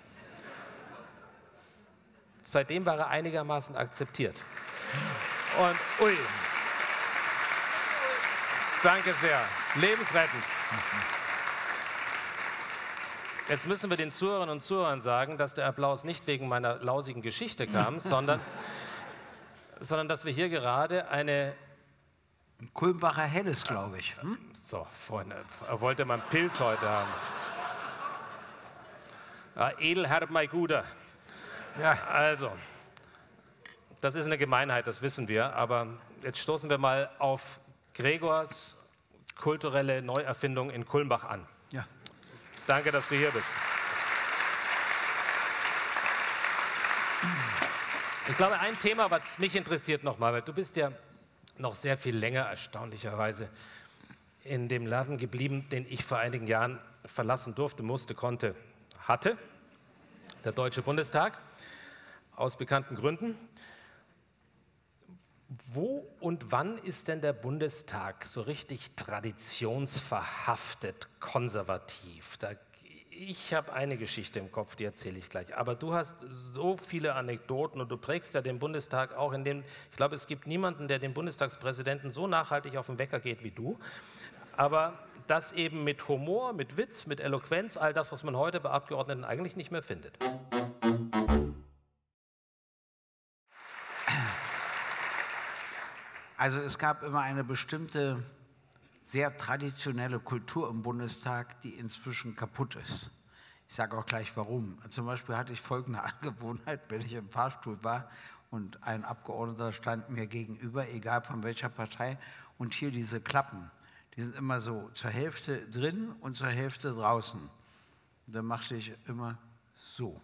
Seitdem war er einigermaßen akzeptiert. Und ui, danke sehr, lebensrettend. Jetzt müssen wir den Zuhörerinnen und Zuhörern sagen, dass der Applaus nicht wegen meiner lausigen Geschichte kam, sondern, sondern dass wir hier gerade eine... Kulmbacher Helles, glaube ich. Hm? So, Freunde, er wollte mal einen Pilz heute haben. Ja, Edelherr, mein Guter. Ja, also, das ist eine Gemeinheit, das wissen wir, aber jetzt stoßen wir mal auf Gregors kulturelle Neuerfindung in Kulmbach an. Ja. Danke, dass du hier bist. Ich glaube, ein Thema, was mich interessiert nochmal, weil du bist ja noch sehr viel länger, erstaunlicherweise, in dem Laden geblieben, den ich vor einigen Jahren verlassen durfte, musste, konnte, hatte, der Deutsche Bundestag, aus bekannten Gründen. Wo und wann ist denn der Bundestag so richtig traditionsverhaftet, konservativ? Da, ich habe eine Geschichte im Kopf, die erzähle ich gleich. Aber du hast so viele Anekdoten und du prägst ja den Bundestag auch in dem, ich glaube, es gibt niemanden, der dem Bundestagspräsidenten so nachhaltig auf den Wecker geht wie du. Aber das eben mit Humor, mit Witz, mit Eloquenz, all das, was man heute bei Abgeordneten eigentlich nicht mehr findet. Also es gab immer eine bestimmte, sehr traditionelle Kultur im Bundestag, die inzwischen kaputt ist. Ich sage auch gleich warum. Zum Beispiel hatte ich folgende Angewohnheit, wenn ich im Fahrstuhl war und ein Abgeordneter stand mir gegenüber, egal von welcher Partei, und hier diese Klappen, die sind immer so zur Hälfte drin und zur Hälfte draußen. Und dann machte ich immer so.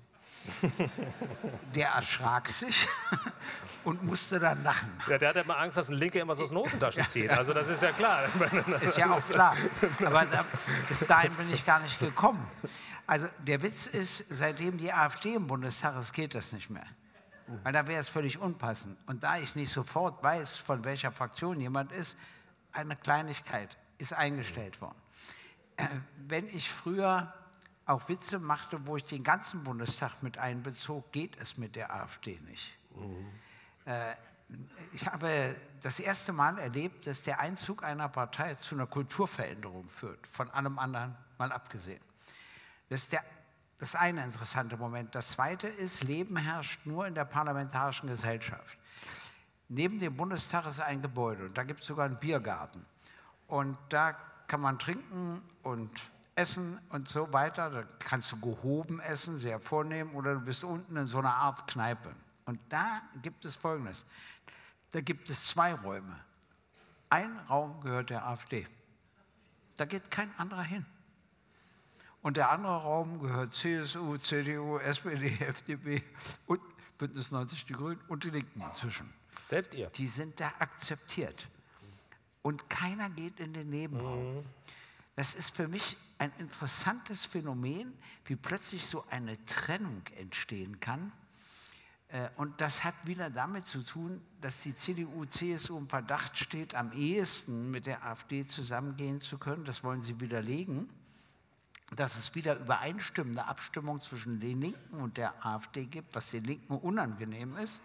Der erschrak sich und musste dann lachen. Ja, der hat immer Angst, dass ein Linker immer so aus den Hosentaschen zieht. Also das ist ja klar. Ist ja auch klar. Aber da, bis dahin bin ich gar nicht gekommen. Also der Witz ist, seitdem die AfD im Bundestag ist, geht das nicht mehr. Weil da wäre es völlig unpassend. Und da ich nicht sofort weiß, von welcher Fraktion jemand ist, eine Kleinigkeit ist eingestellt worden. Äh, wenn ich früher auch Witze machte, wo ich den ganzen Bundestag mit einbezog, geht es mit der AfD nicht. Mhm. Äh, ich habe das erste Mal erlebt, dass der Einzug einer Partei zu einer Kulturveränderung führt, von allem anderen mal abgesehen. Das ist der, das eine interessante Moment. Das zweite ist, Leben herrscht nur in der parlamentarischen Gesellschaft. Neben dem Bundestag ist ein Gebäude und da gibt es sogar einen Biergarten. Und da kann man trinken und essen und so weiter. Da kannst du gehoben essen, sehr vornehm, oder du bist unten in so einer Art Kneipe. Und da gibt es Folgendes. Da gibt es zwei Räume. Ein Raum gehört der AfD. Da geht kein anderer hin. Und der andere Raum gehört C S U, C D U, S P D, F D P und Bündnis neunzig Die Grünen und die Linken inzwischen. Selbst ihr? Die sind da akzeptiert. Und keiner geht in den Nebenraum. Mhm. Das ist für mich ein interessantes Phänomen, wie plötzlich so eine Trennung entstehen kann. Und das hat wieder damit zu tun, dass die C D U, C S U im Verdacht steht, am ehesten mit der AfD zusammengehen zu können. Das wollen sie widerlegen. Dass es wieder übereinstimmende Abstimmung zwischen den Linken und der AfD gibt, was den Linken unangenehm ist.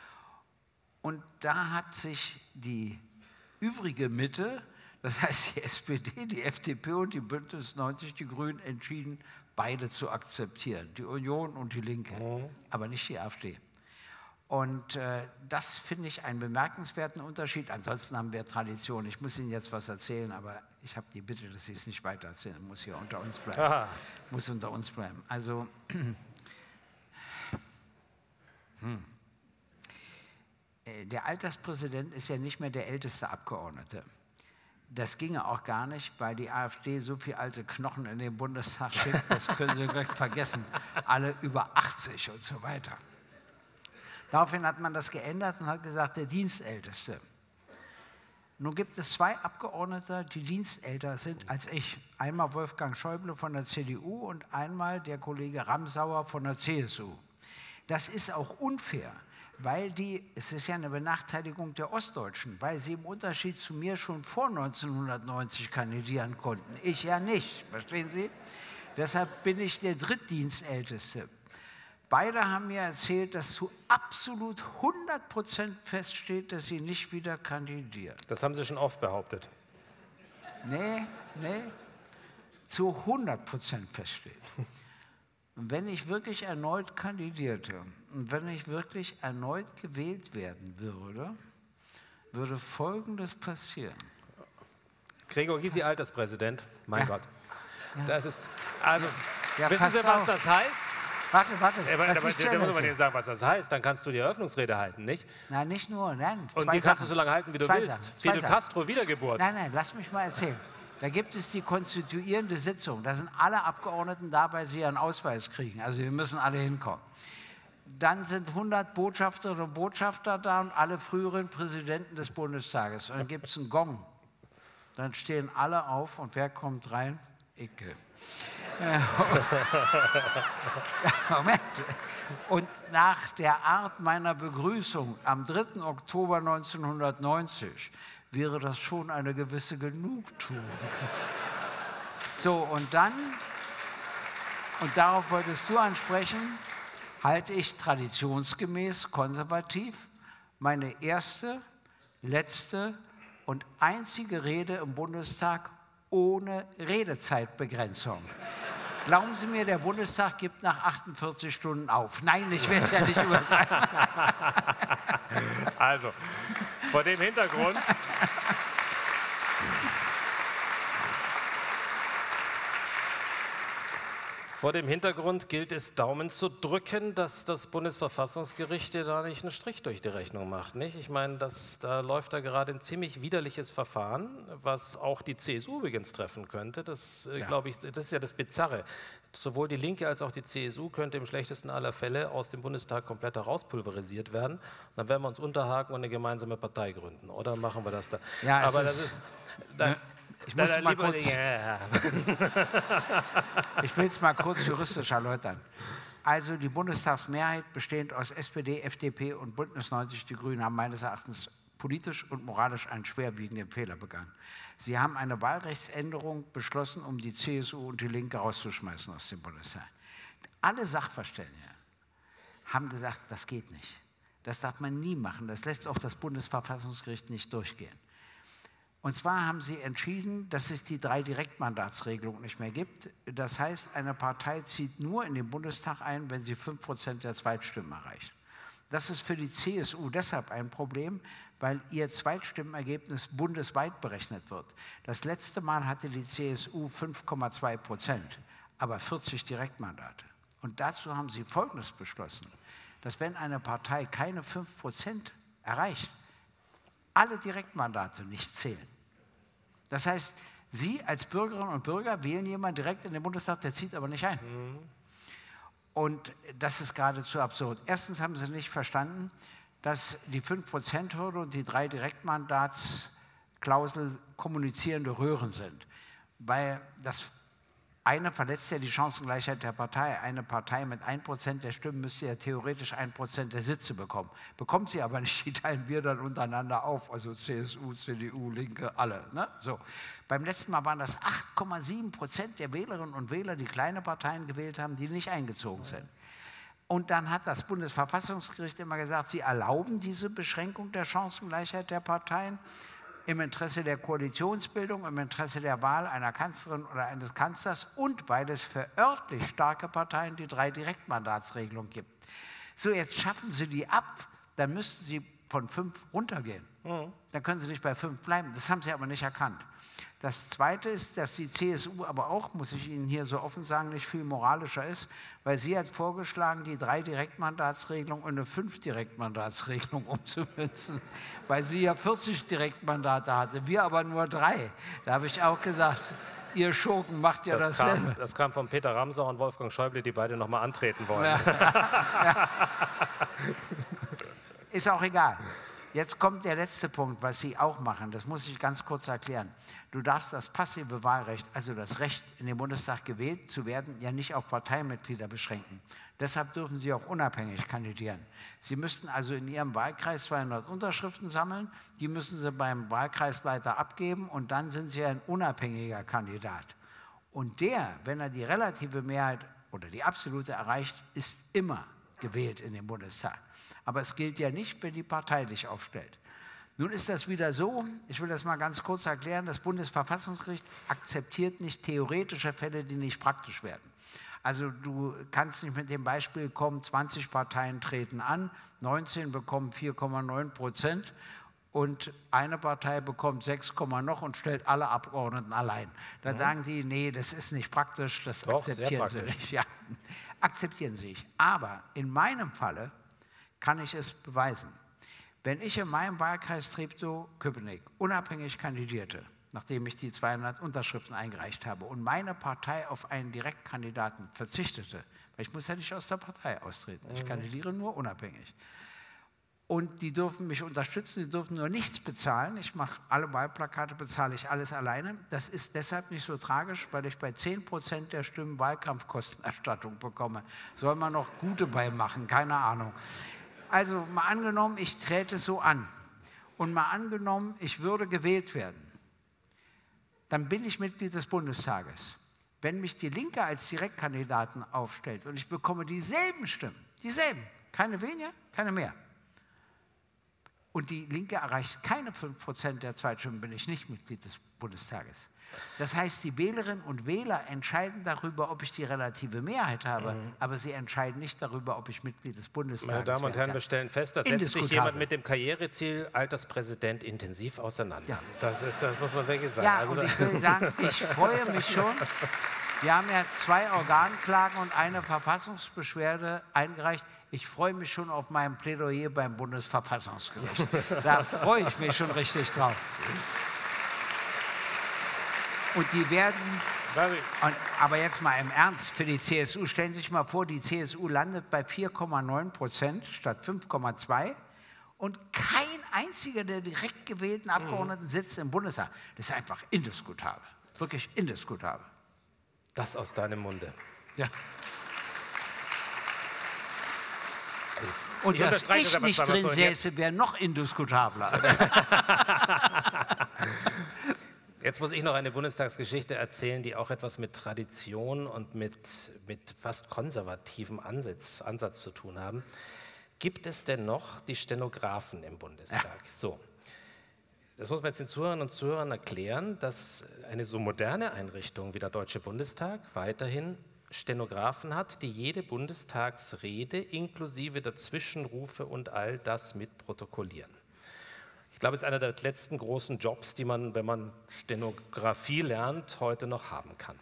Und da hat sich die übrige Mitte, das heißt die S P D, die F D P und die Bündnis neunzig Die Grünen, entschieden, beide zu akzeptieren. Die Union und die Linke, mhm. aber nicht die AfD. Und äh, das finde ich einen bemerkenswerten Unterschied. Ansonsten haben wir Tradition. Ich muss Ihnen jetzt was erzählen, aber ich habe die Bitte, dass Sie es nicht weiter erzählen. Muss hier unter uns bleiben. Aha. Muss unter uns bleiben. Also, hm. Der Alterspräsident ist ja nicht mehr der älteste Abgeordnete. Das ginge auch gar nicht, weil die AfD so viele alte Knochen in den Bundestag schickt, das können Sie gleich vergessen. Alle über achtzig und so weiter. Daraufhin hat man das geändert und hat gesagt, der Dienstälteste. Nun gibt es zwei Abgeordnete, die dienstälter sind als ich. Einmal Wolfgang Schäuble von der C D U und einmal der Kollege Ramsauer von der C S U. Das ist auch unfair, weil die, es ist ja eine Benachteiligung der Ostdeutschen, weil sie im Unterschied zu mir schon vor neunzehnhundertneunzig kandidieren konnten. Ich ja nicht, verstehen Sie? Deshalb bin ich der Drittdienstälteste. Beide haben mir erzählt, dass zu absolut hundert Prozent feststeht, dass sie nicht wieder kandidieren. Das haben Sie schon oft behauptet. Nee, nee, zu hundert Prozent feststeht. Und wenn ich wirklich erneut kandidierte und wenn ich wirklich erneut gewählt werden würde, würde Folgendes passieren. Gregor Gysi, Alterspräsident, mein Ja. Gott. Ja. Das ist, also, Ja, wissen Sie, passt was auf. das heißt? Warte, warte. Aber, lass aber, mich da zu Ende muss man erzählen. dem sagen, was das heißt. Dann kannst du die Eröffnungsrede halten, nicht? Nein, nicht nur. Nein, Und zwei die kannst du Sachen. so lange halten, wie du Zwei willst. Sachen. Zwei Fidel Sachen. Castro, Wiedergeburt. Nein, nein, lass mich mal erzählen. Da gibt es die konstituierende Sitzung. Da sind alle Abgeordneten da, weil sie ihren Ausweis kriegen. Also wir müssen alle hinkommen. Dann sind hundert Botschafterinnen und Botschafter da und alle früheren Präsidenten des Bundestages. Und dann gibt es einen Gong. Dann stehen alle auf und wer kommt rein? Icke. Moment. Und nach der Art meiner Begrüßung am dritten Oktober neunzehnhundertneunzig wäre das schon eine gewisse Genugtuung. So, und dann, und darauf wolltest du ansprechen, halte ich traditionsgemäß konservativ meine erste, letzte und einzige Rede im Bundestag ohne Redezeitbegrenzung. Glauben Sie mir, der Bundestag gibt nach achtundvierzig Stunden auf. Nein, ich will es ja nicht übertreiben. Also, vor dem Hintergrund. Vor dem Hintergrund gilt es, Daumen zu drücken, dass das Bundesverfassungsgericht dir da nicht einen Strich durch die Rechnung macht. Nicht? Ich meine, das, da läuft da gerade ein ziemlich widerliches Verfahren, was auch die C S U übrigens treffen könnte. Das, äh, Ja. glaube ich, das ist ja das Bizarre. Sowohl die Linke als auch die C S U könnte im schlechtesten aller Fälle aus dem Bundestag komplett herauspulverisiert werden. Dann werden wir uns unterhaken und eine gemeinsame Partei gründen. Oder machen wir das da? Ja, es Aber ist- das ist... Da, Ich muss mal lieber- kurz- Ja. Ich will es mal kurz juristisch erläutern. Also die Bundestagsmehrheit, bestehend aus S P D, F D P und Bündnis neunzig Die Grünen, haben meines Erachtens politisch und moralisch einen schwerwiegenden Fehler begangen. Sie haben eine Wahlrechtsänderung beschlossen, um die C S U und die Linke rauszuschmeißen aus dem Bundestag. Alle Sachverständige haben gesagt, das geht nicht. Das darf man nie machen. Das lässt auch das Bundesverfassungsgericht nicht durchgehen. Und zwar haben sie entschieden, dass es die drei Direktmandatsregelung nicht mehr gibt. Das heißt, eine Partei zieht nur in den Bundestag ein, wenn sie fünf Prozent der Zweitstimmen erreicht. Das ist für die C S U deshalb ein Problem, weil ihr Zweitstimmenergebnis bundesweit berechnet wird. Das letzte Mal hatte die C S U fünf Komma zwei Prozent, aber vierzig Direktmandate. Und dazu haben sie Folgendes beschlossen, dass wenn eine Partei keine fünf Prozent erreicht, alle Direktmandate nicht zählen. Das heißt, Sie als Bürgerinnen und Bürger wählen jemanden direkt in den Bundestag, der zieht aber nicht ein. Mhm. Und das ist geradezu absurd. Erstens haben Sie nicht verstanden, dass die fünf Prozent Hürde und die drei Direktmandatsklausel kommunizierende Röhren sind. Weil das eine verletzt ja die Chancengleichheit der Partei. Eine Partei mit ein Prozent der Stimmen müsste ja theoretisch ein Prozent der Sitze bekommen. Bekommt sie aber nicht, die teilen wir dann untereinander auf. Also C S U, C D U, Linke, alle. Ne? So. Beim letzten Mal waren das acht Komma sieben Prozent der Wählerinnen und Wähler, die kleine Parteien gewählt haben, die nicht eingezogen sind. Und dann hat das Bundesverfassungsgericht immer gesagt, sie erlauben diese Beschränkung der Chancengleichheit der Parteien im Interesse der Koalitionsbildung, im Interesse der Wahl einer Kanzlerin oder eines Kanzlers und weil es für örtlich starke Parteien die drei Direktmandatsregelung gibt. So, jetzt schaffen Sie die ab, dann müssten Sie von fünf runtergehen. Mhm. Dann können Sie nicht bei fünf bleiben. Das haben Sie aber nicht erkannt. Das Zweite ist, dass die C S U aber auch, muss ich Ihnen hier so offen sagen, nicht viel moralischer ist, weil sie hat vorgeschlagen, die drei Direktmandatsregelung in eine fünf Direktmandatsregelung umzumünzen, weil sie ja vierzig Direktmandate hatte, wir aber nur drei. Da habe ich auch gesagt, ihr Schurken macht ja das dasselbe. Kam, das kam von Peter Ramsauer und Wolfgang Schäuble, die beide noch mal antreten wollen. Ja. Ja. Ist auch egal. Jetzt kommt der letzte Punkt, was Sie auch machen. Das muss ich ganz kurz erklären. Du darfst das passive Wahlrecht, also das Recht, in den Bundestag gewählt zu werden, ja nicht auf Parteimitglieder beschränken. Deshalb dürfen Sie auch unabhängig kandidieren. Sie müssten also in Ihrem Wahlkreis zweihundert Unterschriften sammeln. Die müssen Sie beim Wahlkreisleiter abgeben und dann sind Sie ein unabhängiger Kandidat. Und der, wenn er die relative Mehrheit oder die absolute erreicht, ist immer gewählt in den Bundestag. Aber es gilt ja nicht, wenn die Partei dich aufstellt. Nun ist das wieder so, ich will das mal ganz kurz erklären, das Bundesverfassungsgericht akzeptiert nicht theoretische Fälle, die nicht praktisch werden. Also du kannst nicht mit dem Beispiel kommen, zwanzig Parteien treten an, neunzehn bekommen vier Komma neun Prozent und eine Partei bekommt sechs, noch und stellt alle Abgeordneten allein. Da mhm. sagen die, nee, das ist nicht praktisch, das Doch, akzeptieren sie nicht. Ja, akzeptieren sie nicht. Aber in meinem Falle kann ich es beweisen. Wenn ich in meinem Wahlkreis Treptow-Köpenick unabhängig kandidierte, nachdem ich die zweihundert Unterschriften eingereicht habe und meine Partei auf einen Direktkandidaten verzichtete, weil ich muss ja nicht aus der Partei austreten, ich kandidiere nur unabhängig. Und die dürfen mich unterstützen, die dürfen nur nichts bezahlen. Ich mache alle Wahlplakate, bezahle ich alles alleine. Das ist deshalb nicht so tragisch, weil ich bei zehn Prozent der Stimmen Wahlkampfkostenerstattung bekomme. Soll man noch gute bei machen, keine Ahnung. Also mal angenommen, ich träte so an und mal angenommen, ich würde gewählt werden, dann bin ich Mitglied des Bundestages. Wenn mich die Linke als Direktkandidaten aufstellt und ich bekomme dieselben Stimmen, dieselben, keine weniger, keine mehr, und die Linke erreicht keine fünf Prozent der Zweitstimmen, bin ich nicht Mitglied des Bundestages. Das heißt, die Wählerinnen und Wähler entscheiden darüber, ob ich die relative Mehrheit habe, mhm. aber sie entscheiden nicht darüber, ob ich Mitglied des Bundestages bin. Meine Damen und Herren, wir stellen fest, da setzt sich jemand mit dem Karriereziel Alterspräsident intensiv auseinander. Ja. Das, ist, das muss man wirklich sagen. Ja, also, und ich will sagen, ich freue mich schon. Wir haben ja zwei Organklagen und eine Verfassungsbeschwerde eingereicht. Ich freue mich schon auf mein Plädoyer beim Bundesverfassungsgericht. Da freue ich mich schon richtig drauf. Und die werden, und, aber jetzt mal im Ernst, für die C S U, stellen Sie sich mal vor, die C S U landet bei vier Komma neun Prozent statt fünf Komma zwei und kein einziger der direkt gewählten Abgeordneten sitzt im Bundestag. Das ist einfach indiskutabel, wirklich indiskutabel. Das aus deinem Munde. Ja. Und dass ich nicht drin säße, wäre noch indiskutabler. Jetzt muss ich noch eine Bundestagsgeschichte erzählen, die auch etwas mit Tradition und mit, mit fast konservativem Ansatz, Ansatz zu tun haben. Gibt es denn noch die Stenografen im Bundestag? Ja. So. Das muss man jetzt den Zuhörerinnen und Zuhörern erklären, dass eine so moderne Einrichtung wie der Deutsche Bundestag weiterhin Stenografen hat, die jede Bundestagsrede inklusive der Zwischenrufe und all das mit protokollieren. Ich glaube, es ist einer der letzten großen Jobs, die man, wenn man Stenografie lernt, heute noch haben kann.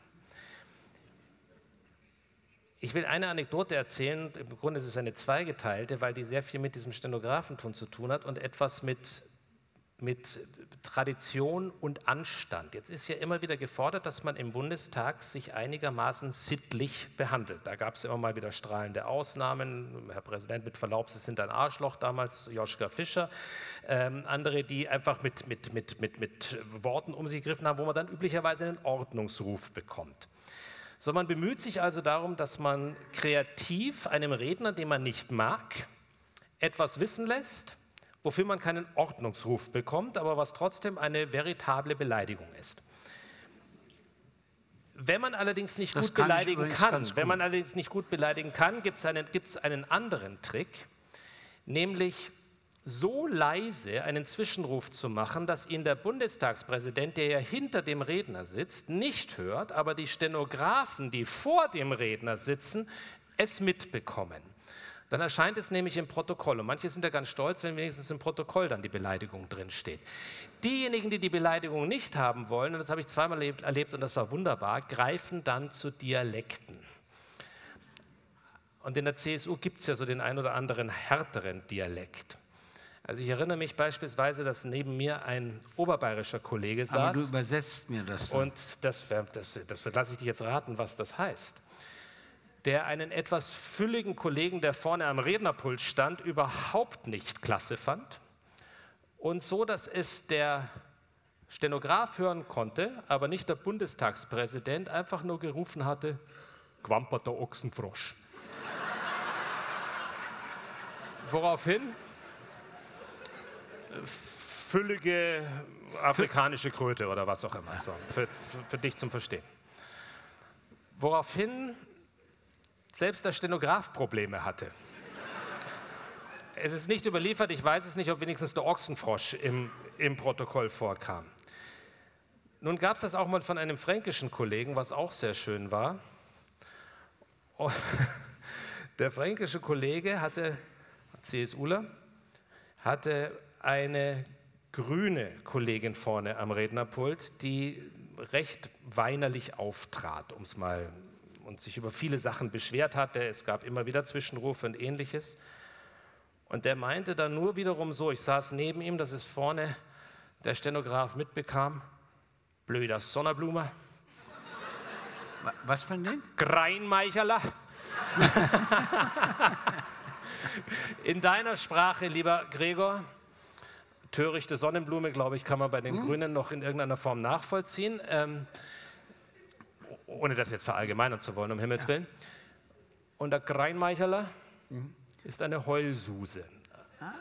Ich will eine Anekdote erzählen, im Grunde ist es eine zweigeteilte, weil die sehr viel mit diesem Stenografentum zu tun hat und etwas mit mit Tradition und Anstand. Jetzt ist ja immer wieder gefordert, dass man im Bundestag sich einigermaßen sittlich behandelt. Da gab es immer mal wieder strahlende Ausnahmen. Herr Präsident, mit Verlaub, Sie sind ein Arschloch damals, Joschka Fischer. Ähm, andere, die einfach mit, mit, mit, mit, mit Worten um sich gegriffen haben, wo man dann üblicherweise einen Ordnungsruf bekommt. So, man bemüht sich also darum, dass man kreativ einem Redner, den man nicht mag, etwas wissen lässt, wofür man keinen Ordnungsruf bekommt, aber was trotzdem eine veritable Beleidigung ist. Wenn man allerdings nicht gut beleidigen kann, wenn man allerdings nicht gut beleidigen kann, gibt es einen, gibt's einen anderen Trick, nämlich so leise einen Zwischenruf zu machen, dass ihn der Bundestagspräsident, der ja hinter dem Redner sitzt, nicht hört, aber die Stenografen, die vor dem Redner sitzen, es mitbekommen. Dann erscheint es nämlich im Protokoll. Und manche sind ja ganz stolz, wenn wenigstens im Protokoll dann die Beleidigung drin steht. Diejenigen, die die Beleidigung nicht haben wollen, und das habe ich zweimal erlebt und das war wunderbar, greifen dann zu Dialekten. Und in der C S U gibt es ja so den ein oder anderen härteren Dialekt. Also ich erinnere mich beispielsweise, dass neben mir ein oberbayerischer Kollege saß. Aber du übersetzt mir das dann. Und das, das, das lasse ich dich jetzt raten, was das heißt. der einen etwas fülligen Kollegen, der vorne am Rednerpult stand, überhaupt nicht klasse fand. Und so, dass es der Stenograf hören konnte, aber nicht der Bundestagspräsident, einfach nur gerufen hatte, Quampert der Ochsenfrosch. Woraufhin füllige afrikanische Kröte oder was auch immer, so, für, für, für dich zum Verstehen. Woraufhin selbst der Stenograf Probleme hatte. Es ist nicht überliefert, ich weiß es nicht, ob wenigstens der Ochsenfrosch im, im Protokoll vorkam. Nun gab es das auch mal von einem fränkischen Kollegen, was auch sehr schön war. Oh, der fränkische Kollege hatte, CSUler, hatte eine grüne Kollegin vorne am Rednerpult, die recht weinerlich auftrat, um's mal, und sich über viele Sachen beschwert hatte. Es gab immer wieder Zwischenrufe und Ähnliches. Und der meinte dann nur wiederum so, ich saß neben ihm, dass es vorne der Stenograf mitbekam, blöder Sonnerblumer. Was für ein Ding? Greinmeicherler. In deiner Sprache, lieber Gregor, törichte Sonnenblume, glaube ich, kann man bei den hm. Grünen noch in irgendeiner Form nachvollziehen, ähm, ohne das jetzt verallgemeinern zu wollen, um Himmels Willen. Ja. Und der Greinmeicherler mhm. ist eine Heulsuse. Ah.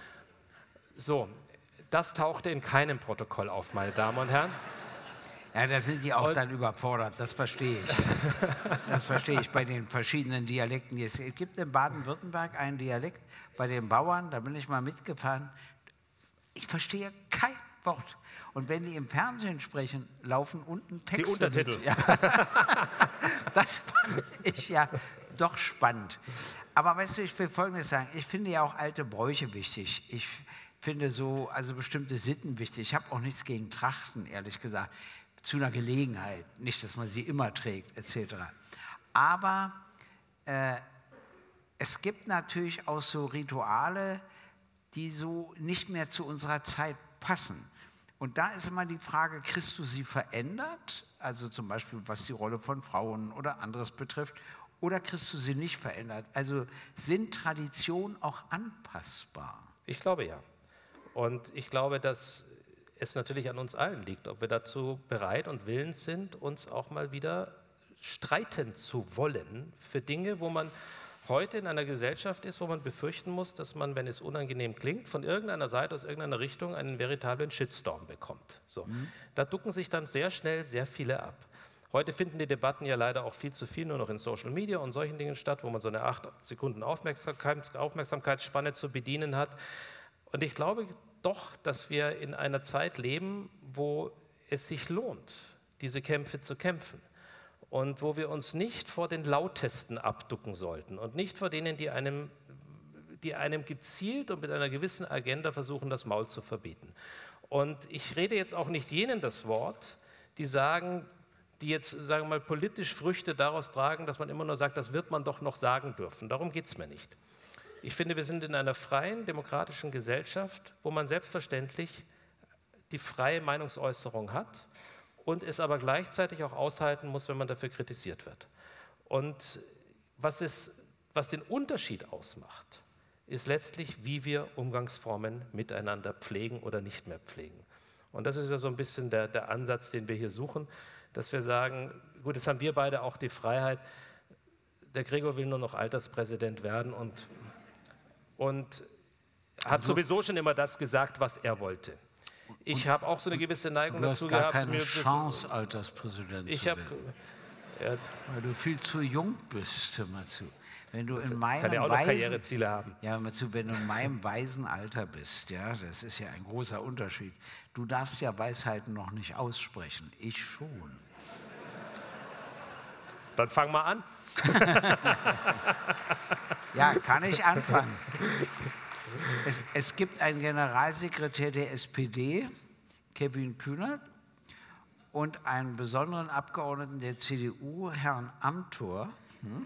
So, das tauchte in keinem Protokoll auf, meine Damen und Herren. Ja, da sind die auch und dann überfordert, das verstehe ich. Das verstehe ich bei den verschiedenen Dialekten. Es gibt in Baden-Württemberg einen Dialekt bei den Bauern, da bin ich mal mitgefahren. Ich verstehe kein Wort. Und wenn die im Fernsehen sprechen, laufen unten Texte. Die Untertitel. Ja. Das fand ich ja doch spannend. Aber weißt du, ich will Folgendes sagen. Ich finde ja auch alte Bräuche wichtig. Ich finde so, also bestimmte Sitten wichtig. Ich habe auch nichts gegen Trachten, ehrlich gesagt. Zu einer Gelegenheit. Nicht, dass man sie immer trägt, et cetera. Aber äh, es gibt natürlich auch so Rituale, die so nicht mehr zu unserer Zeit passen. Und da ist immer die Frage, kriegst du sie verändert? Also zum Beispiel, was die Rolle von Frauen oder anderes betrifft. Oder kriegst du sie nicht verändert? Also sind Traditionen auch anpassbar? Ich glaube ja. Und ich glaube, dass es natürlich an uns allen liegt, ob wir dazu bereit und willens sind, uns auch mal wieder streiten zu wollen für Dinge, wo man heute in einer Gesellschaft ist, wo man befürchten muss, dass man, wenn es unangenehm klingt, von irgendeiner Seite, aus irgendeiner Richtung einen veritablen Shitstorm bekommt. So. Mhm. Da ducken sich dann sehr schnell sehr viele ab. Heute finden die Debatten ja leider auch viel zu viel nur noch in Social Media und solchen Dingen statt, wo man so eine acht Sekunden Aufmerksamkeit, Aufmerksamkeitsspanne zu bedienen hat. Und ich glaube doch, dass wir in einer Zeit leben, wo es sich lohnt, diese Kämpfe zu kämpfen. Und wo wir uns nicht vor den Lautesten abducken sollten und nicht vor denen, die einem, die einem gezielt und mit einer gewissen Agenda versuchen, das Maul zu verbieten. Und ich rede jetzt auch nicht jenen das Wort, die sagen, die jetzt, sagen wir mal, politisch Früchte daraus tragen, dass man immer nur sagt, das wird man doch noch sagen dürfen. Darum geht es mir nicht. Ich finde, wir sind in einer freien, demokratischen Gesellschaft, wo man selbstverständlich die freie Meinungsäußerung hat und es aber gleichzeitig auch aushalten muss, wenn man dafür kritisiert wird. Und was, es, was den Unterschied ausmacht, ist letztlich, wie wir Umgangsformen miteinander pflegen oder nicht mehr pflegen. Und das ist ja so ein bisschen der, der Ansatz, den wir hier suchen, dass wir sagen, gut, jetzt haben wir beide auch die Freiheit, der Gregor will nur noch Alterspräsident werden und, und hat also sowieso schon immer das gesagt, was er wollte. Ich habe auch so eine gewisse Neigung dazu gehabt. Du hast gar keine Chance, Alterspräsident zu werden. Ja, weil du viel zu jung bist, hör mal zu. Wenn du in meinem kann ja auch noch Weisen, Karriereziele haben. Ja, hör mal zu, wenn du in meinem weisen Alter bist, ja, das ist ja ein großer Unterschied. Du darfst ja Weisheiten noch nicht aussprechen. Ich schon. Dann fang mal an. Ja, kann ich anfangen. Es, es gibt einen Generalsekretär der S P D, Kevin Kühnert, und einen besonderen Abgeordneten der C D U, Herrn Amthor. Hm?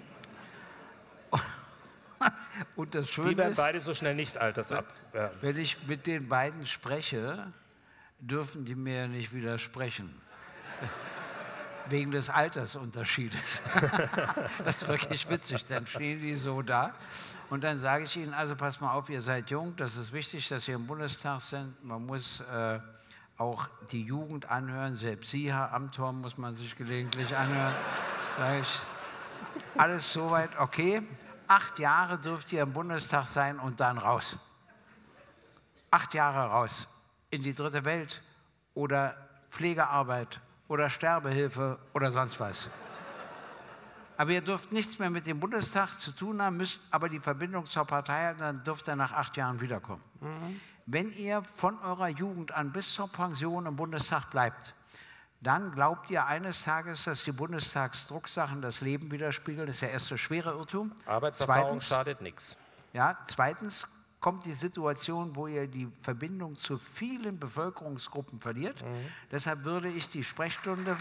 Und das Schöne Die werden ist, beide so schnell nicht altersab. Ja. Wenn ich mit den beiden spreche, dürfen die mir nicht widersprechen. Wegen des Altersunterschiedes. Das ist wirklich witzig. Dann stehen die so da und dann sage ich ihnen, also pass mal auf, ihr seid jung, das ist wichtig, dass ihr im Bundestag sind. Man muss äh, auch die Jugend anhören, selbst Sie, Herr Amthor, muss man sich gelegentlich anhören. Sag ich, alles soweit okay. Acht Jahre dürft ihr im Bundestag sein und dann raus. Acht Jahre raus in die dritte Welt oder Pflegearbeit oder Sterbehilfe oder sonst was. Aber ihr dürft nichts mehr mit dem Bundestag zu tun haben, müsst aber die Verbindung zur Partei haben, dann dürft ihr nach acht Jahren wiederkommen. Mhm. Wenn ihr von eurer Jugend an bis zur Pension im Bundestag bleibt, dann glaubt ihr eines Tages, dass die Bundestagsdrucksachen das Leben widerspiegeln. Das ist der erste schwere Irrtum. Arbeitserfahrung Zweitens, schadet nichts. Ja, zweitens kommt die Situation, wo ihr die Verbindung zu vielen Bevölkerungsgruppen verliert. Mhm. Deshalb würde ich die Sprechstunde...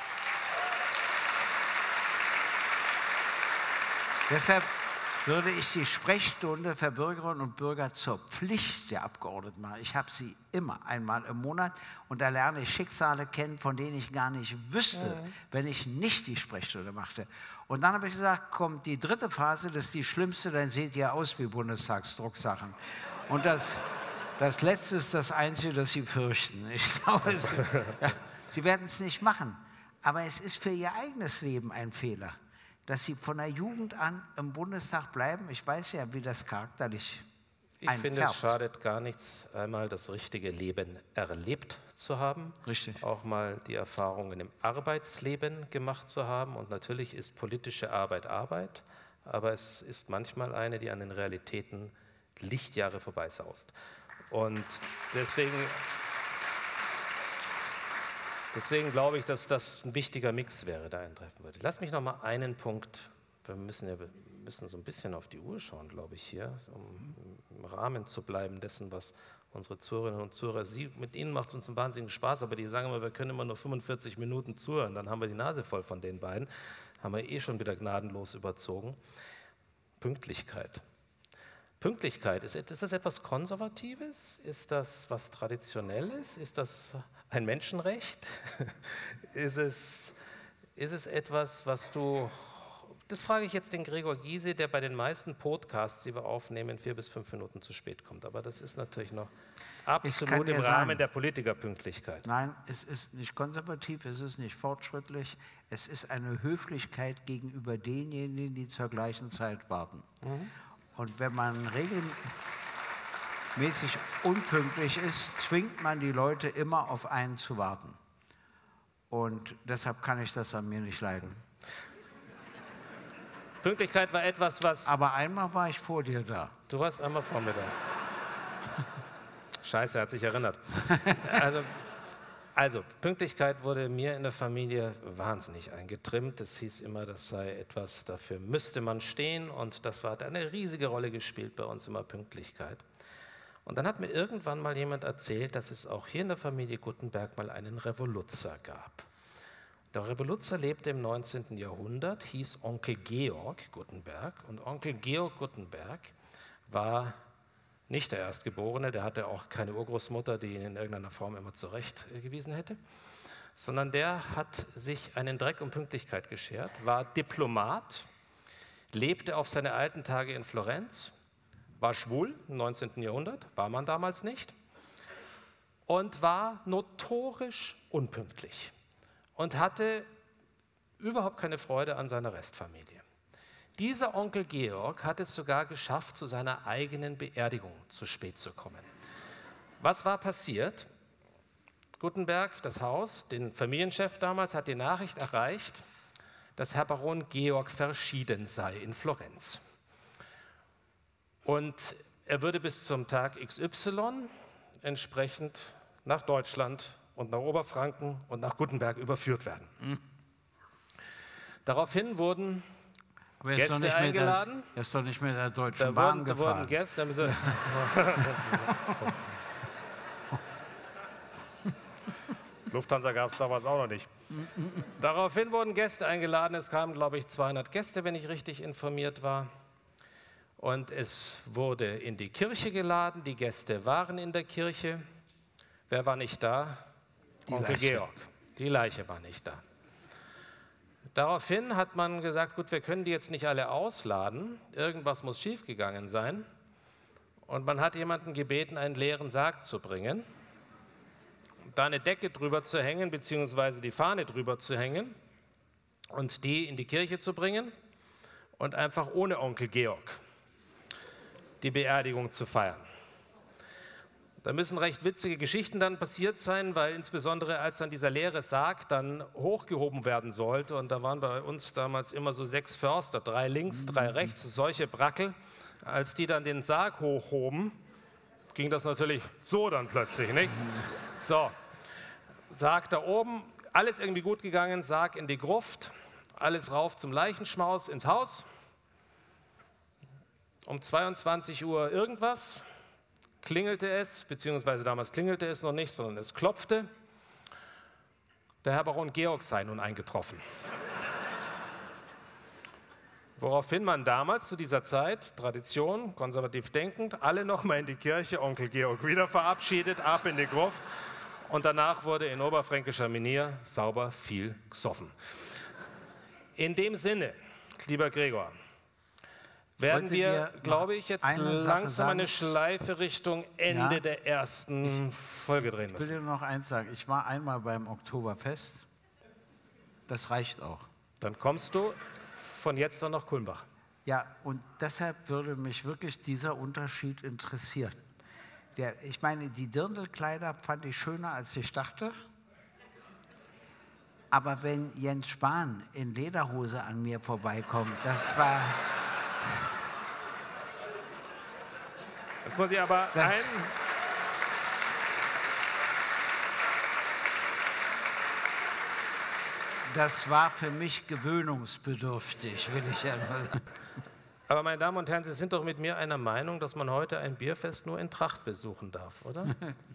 Deshalb würde ich die Sprechstunde für Bürgerinnen und Bürger zur Pflicht der Abgeordneten machen. Ich habe sie immer einmal im Monat und da lerne ich Schicksale kennen, von denen ich gar nicht wüsste, mhm. wenn ich nicht die Sprechstunde machte. Und dann habe ich gesagt, kommt die dritte Phase, das ist die schlimmste, dann seht ihr aus wie Bundestagsdrucksachen. Und das, das Letzte ist das Einzige, das Sie fürchten. Ich glaube, Sie, ja, Sie werden es nicht machen, aber es ist für Ihr eigenes Leben ein Fehler, dass Sie von der Jugend an im Bundestag bleiben. Ich weiß ja, wie das charakterlich Ich finde, es schadet gar nichts, einmal das richtige Leben erlebt zu haben. Richtig. Auch mal die Erfahrungen im Arbeitsleben gemacht zu haben. Und natürlich ist politische Arbeit Arbeit, aber es ist manchmal eine, die an den Realitäten Lichtjahre vorbeisaust. Und deswegen... Deswegen glaube ich, dass das ein wichtiger Mix wäre, der eintreffen würde. Lass mich noch mal einen Punkt, wir müssen, ja, wir müssen so ein bisschen auf die Uhr schauen, glaube ich, hier, um im Rahmen zu bleiben dessen, was unsere Zuhörerinnen und Zuhörer, Sie, mit Ihnen macht es uns einen wahnsinnigen Spaß, aber die sagen immer, wir können immer nur fünfundvierzig Minuten zuhören, dann haben wir die Nase voll von den beiden, haben wir eh schon wieder gnadenlos überzogen. Pünktlichkeit. Pünktlichkeit, ist, ist das etwas Konservatives? Ist das was Traditionelles? Ist das ein Menschenrecht? ist, es, ist es etwas, was du, das frage ich jetzt den Gregor Gysi, der bei den meisten Podcasts, die wir aufnehmen, vier bis fünf Minuten zu spät kommt. Aber das ist natürlich noch absolut im Rahmen sagen, der Politikerpünktlichkeit. Nein, es ist nicht konservativ, es ist nicht fortschrittlich, es ist eine Höflichkeit gegenüber denjenigen, die zur gleichen Zeit warten. Mhm. Und wenn man regelmäßig unpünktlich ist, zwingt man die Leute immer auf einen zu warten. Und deshalb kann ich das an mir nicht leiden. Pünktlichkeit war etwas, was... Aber einmal war ich vor dir da. Du warst einmal vor mir da. Scheiße, er hat sich erinnert. Also, also, Pünktlichkeit wurde mir in der Familie wahnsinnig eingetrimmt. Es hieß immer, das sei etwas, dafür müsste man stehen. Und das hat eine riesige Rolle gespielt bei uns, immer Pünktlichkeit. Und dann hat mir irgendwann mal jemand erzählt, dass es auch hier in der Familie Guttenberg mal einen Revoluzzer gab. Der Revoluzzer lebte im neunzehnten Jahrhundert, hieß Onkel Georg Guttenberg. Und Onkel Georg Guttenberg war nicht der Erstgeborene, der hatte auch keine Urgroßmutter, die ihn in irgendeiner Form immer zurechtgewiesen hätte, sondern der hat sich einen Dreck um Pünktlichkeit geschert, war Diplomat, lebte auf seine alten Tage in Florenz, war schwul im neunzehnten Jahrhundert, war man damals nicht, und war notorisch unpünktlich und hatte überhaupt keine Freude an seiner Restfamilie. Dieser Onkel Georg hat es sogar geschafft, zu seiner eigenen Beerdigung zu spät zu kommen. Was war passiert? Guttenberg, das Haus, den Familienchef damals, hat die Nachricht erreicht, dass Herr Baron Georg verschieden sei in Florenz. Und er würde bis zum Tag X Y entsprechend nach Deutschland und nach Oberfranken und nach Guttenberg überführt werden. Mhm. Daraufhin wurden Aber er Gäste ist eingeladen. Der, er ist doch nicht mehr der Deutschen da Bahn wurden, gefahren. Da wurden Gäste, da müssen Lufthansa gab es damals auch noch nicht. Daraufhin wurden Gäste eingeladen. Es kamen, glaube ich, zweihundert Gäste, wenn ich richtig informiert war. Und es wurde in die Kirche geladen. Die Gäste waren in der Kirche. Wer war nicht da? Die Onkel Leiche. Georg. Die Leiche war nicht da. Daraufhin hat man gesagt, gut, wir können die jetzt nicht alle ausladen, irgendwas muss schiefgegangen sein. Und man hat jemanden gebeten, einen leeren Sarg zu bringen, da eine Decke drüber zu hängen, beziehungsweise die Fahne drüber zu hängen und die in die Kirche zu bringen und einfach ohne Onkel Georg die Beerdigung zu feiern. Da müssen recht witzige Geschichten dann passiert sein, weil insbesondere als dann dieser leere Sarg dann hochgehoben werden sollte, und da waren bei uns damals immer so sechs Förster, drei links, drei rechts, solche Brackel, als die dann den Sarg hochhoben, ging das natürlich so dann plötzlich, nicht? So, Sarg da oben, alles irgendwie gut gegangen, Sarg in die Gruft, alles rauf zum Leichenschmaus ins Haus. Um zweiundzwanzig Uhr irgendwas klingelte es, beziehungsweise damals klingelte es noch nicht, sondern es klopfte. Der Herr Baron Georg sei nun eingetroffen. Woraufhin man damals zu dieser Zeit, Tradition, konservativ denkend, alle nochmal in die Kirche, Onkel Georg wieder verabschiedet, ab in die Gruft. Und danach wurde in oberfränkischer Manier sauber viel gesoffen. In dem Sinne, lieber Gregor, werden wir, glaube ich, jetzt langsam eine Schleife Richtung Ende ja. der ersten ich Folge drehen müssen. Ich will dir noch eins sagen. Ich war einmal beim Oktoberfest. Das reicht auch. Dann kommst du von jetzt an nach Kulmbach. Ja, und deshalb würde mich wirklich dieser Unterschied interessieren. Der, ich meine, die Dirndlkleider fand ich schöner, als ich dachte. Aber wenn Jens Spahn in Lederhose an mir vorbeikommt, das war... Jetzt muss ich aber ein... Das war für mich gewöhnungsbedürftig, will ich ja nur sagen. Aber meine Damen und Herren, Sie sind doch mit mir einer Meinung, dass man heute ein Bierfest nur in Tracht besuchen darf, oder?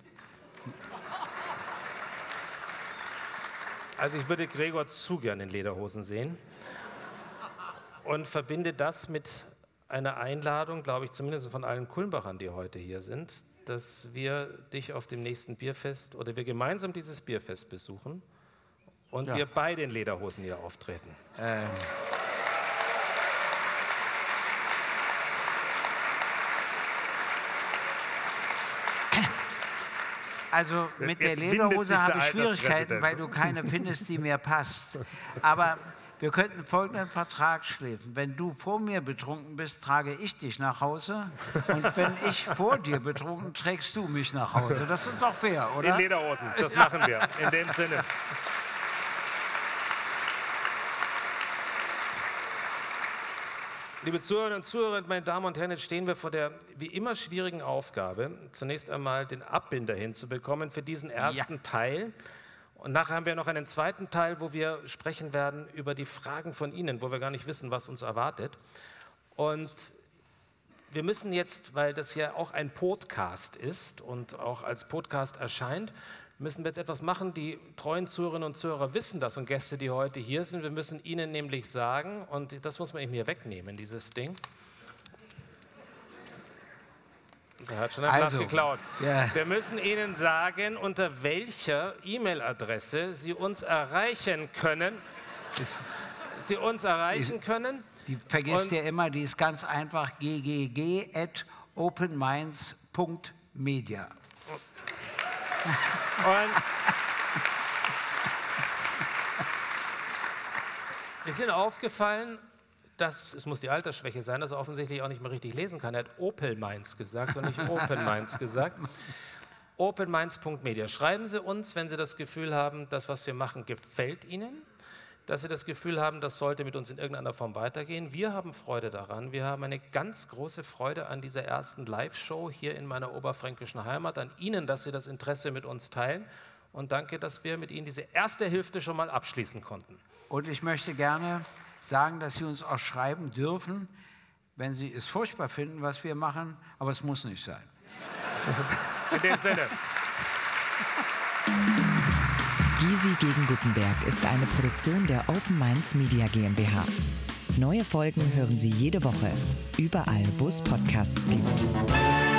Also ich würde Gregor zu gern in Lederhosen sehen und verbinde das mit einer Einladung, glaube ich, zumindest von allen Kulmbachern, die heute hier sind, dass wir dich auf dem nächsten Bierfest oder wir gemeinsam dieses Bierfest besuchen und ja. wir beide in Lederhosen hier auftreten. Ähm. Also mit Jetzt der Lederhose habe ich Schwierigkeiten, weil du keine findest, die mir passt. Aber wir könnten folgenden Vertrag schließen. Wenn du vor mir betrunken bist, trage ich dich nach Hause. Und wenn ich vor dir betrunken, trägst du mich nach Hause. Das ist doch fair, oder? In Lederhosen, das machen wir. In dem Sinne. Liebe Zuhörerinnen und Zuhörer, meine Damen und Herren, jetzt stehen wir vor der wie immer schwierigen Aufgabe, zunächst einmal den Abbinder hinzubekommen für diesen ersten ja. Teil. Und nachher haben wir noch einen zweiten Teil, wo wir sprechen werden über die Fragen von Ihnen, wo wir gar nicht wissen, was uns erwartet. Und wir müssen jetzt, weil das ja auch ein Podcast ist und auch als Podcast erscheint, müssen wir jetzt etwas machen. Die treuen Zuhörerinnen und Zuhörer wissen das und Gäste, die heute hier sind. Wir müssen ihnen nämlich sagen, und das muss man eben hier wegnehmen, dieses Ding. Der hat schon ein also, Blatt geklaut. Yeah. Wir müssen Ihnen sagen, unter welcher E-Mail-Adresse Sie uns erreichen können. Ist, Sie uns erreichen ist, können. Die vergisst ihr immer, die ist ganz einfach, g g g at openminds punkt media. Und ist Ihnen aufgefallen, dass, es muss die Altersschwäche sein, dass er offensichtlich auch nicht mehr richtig lesen kann. Er hat Opel Mainz gesagt und nicht Open Mainz gesagt. openminds punkt media. Schreiben Sie uns, wenn Sie das Gefühl haben, das, was wir machen, gefällt Ihnen, dass Sie das Gefühl haben, das sollte mit uns in irgendeiner Form weitergehen. Wir haben Freude daran. Wir haben eine ganz große Freude an dieser ersten Live-Show hier in meiner oberfränkischen Heimat, an Ihnen, dass Sie das Interesse mit uns teilen. Und danke, dass wir mit Ihnen diese erste Hälfte schon mal abschließen konnten. Und ich möchte gerne sagen, dass Sie uns auch schreiben dürfen, wenn Sie es furchtbar finden, was wir machen, aber es muss nicht sein. In dem Sinne. Gysi gegen Gutenberg ist eine Produktion der Open Minds Media GmbH. Neue Folgen hören Sie jede Woche, überall, wo es Podcasts gibt.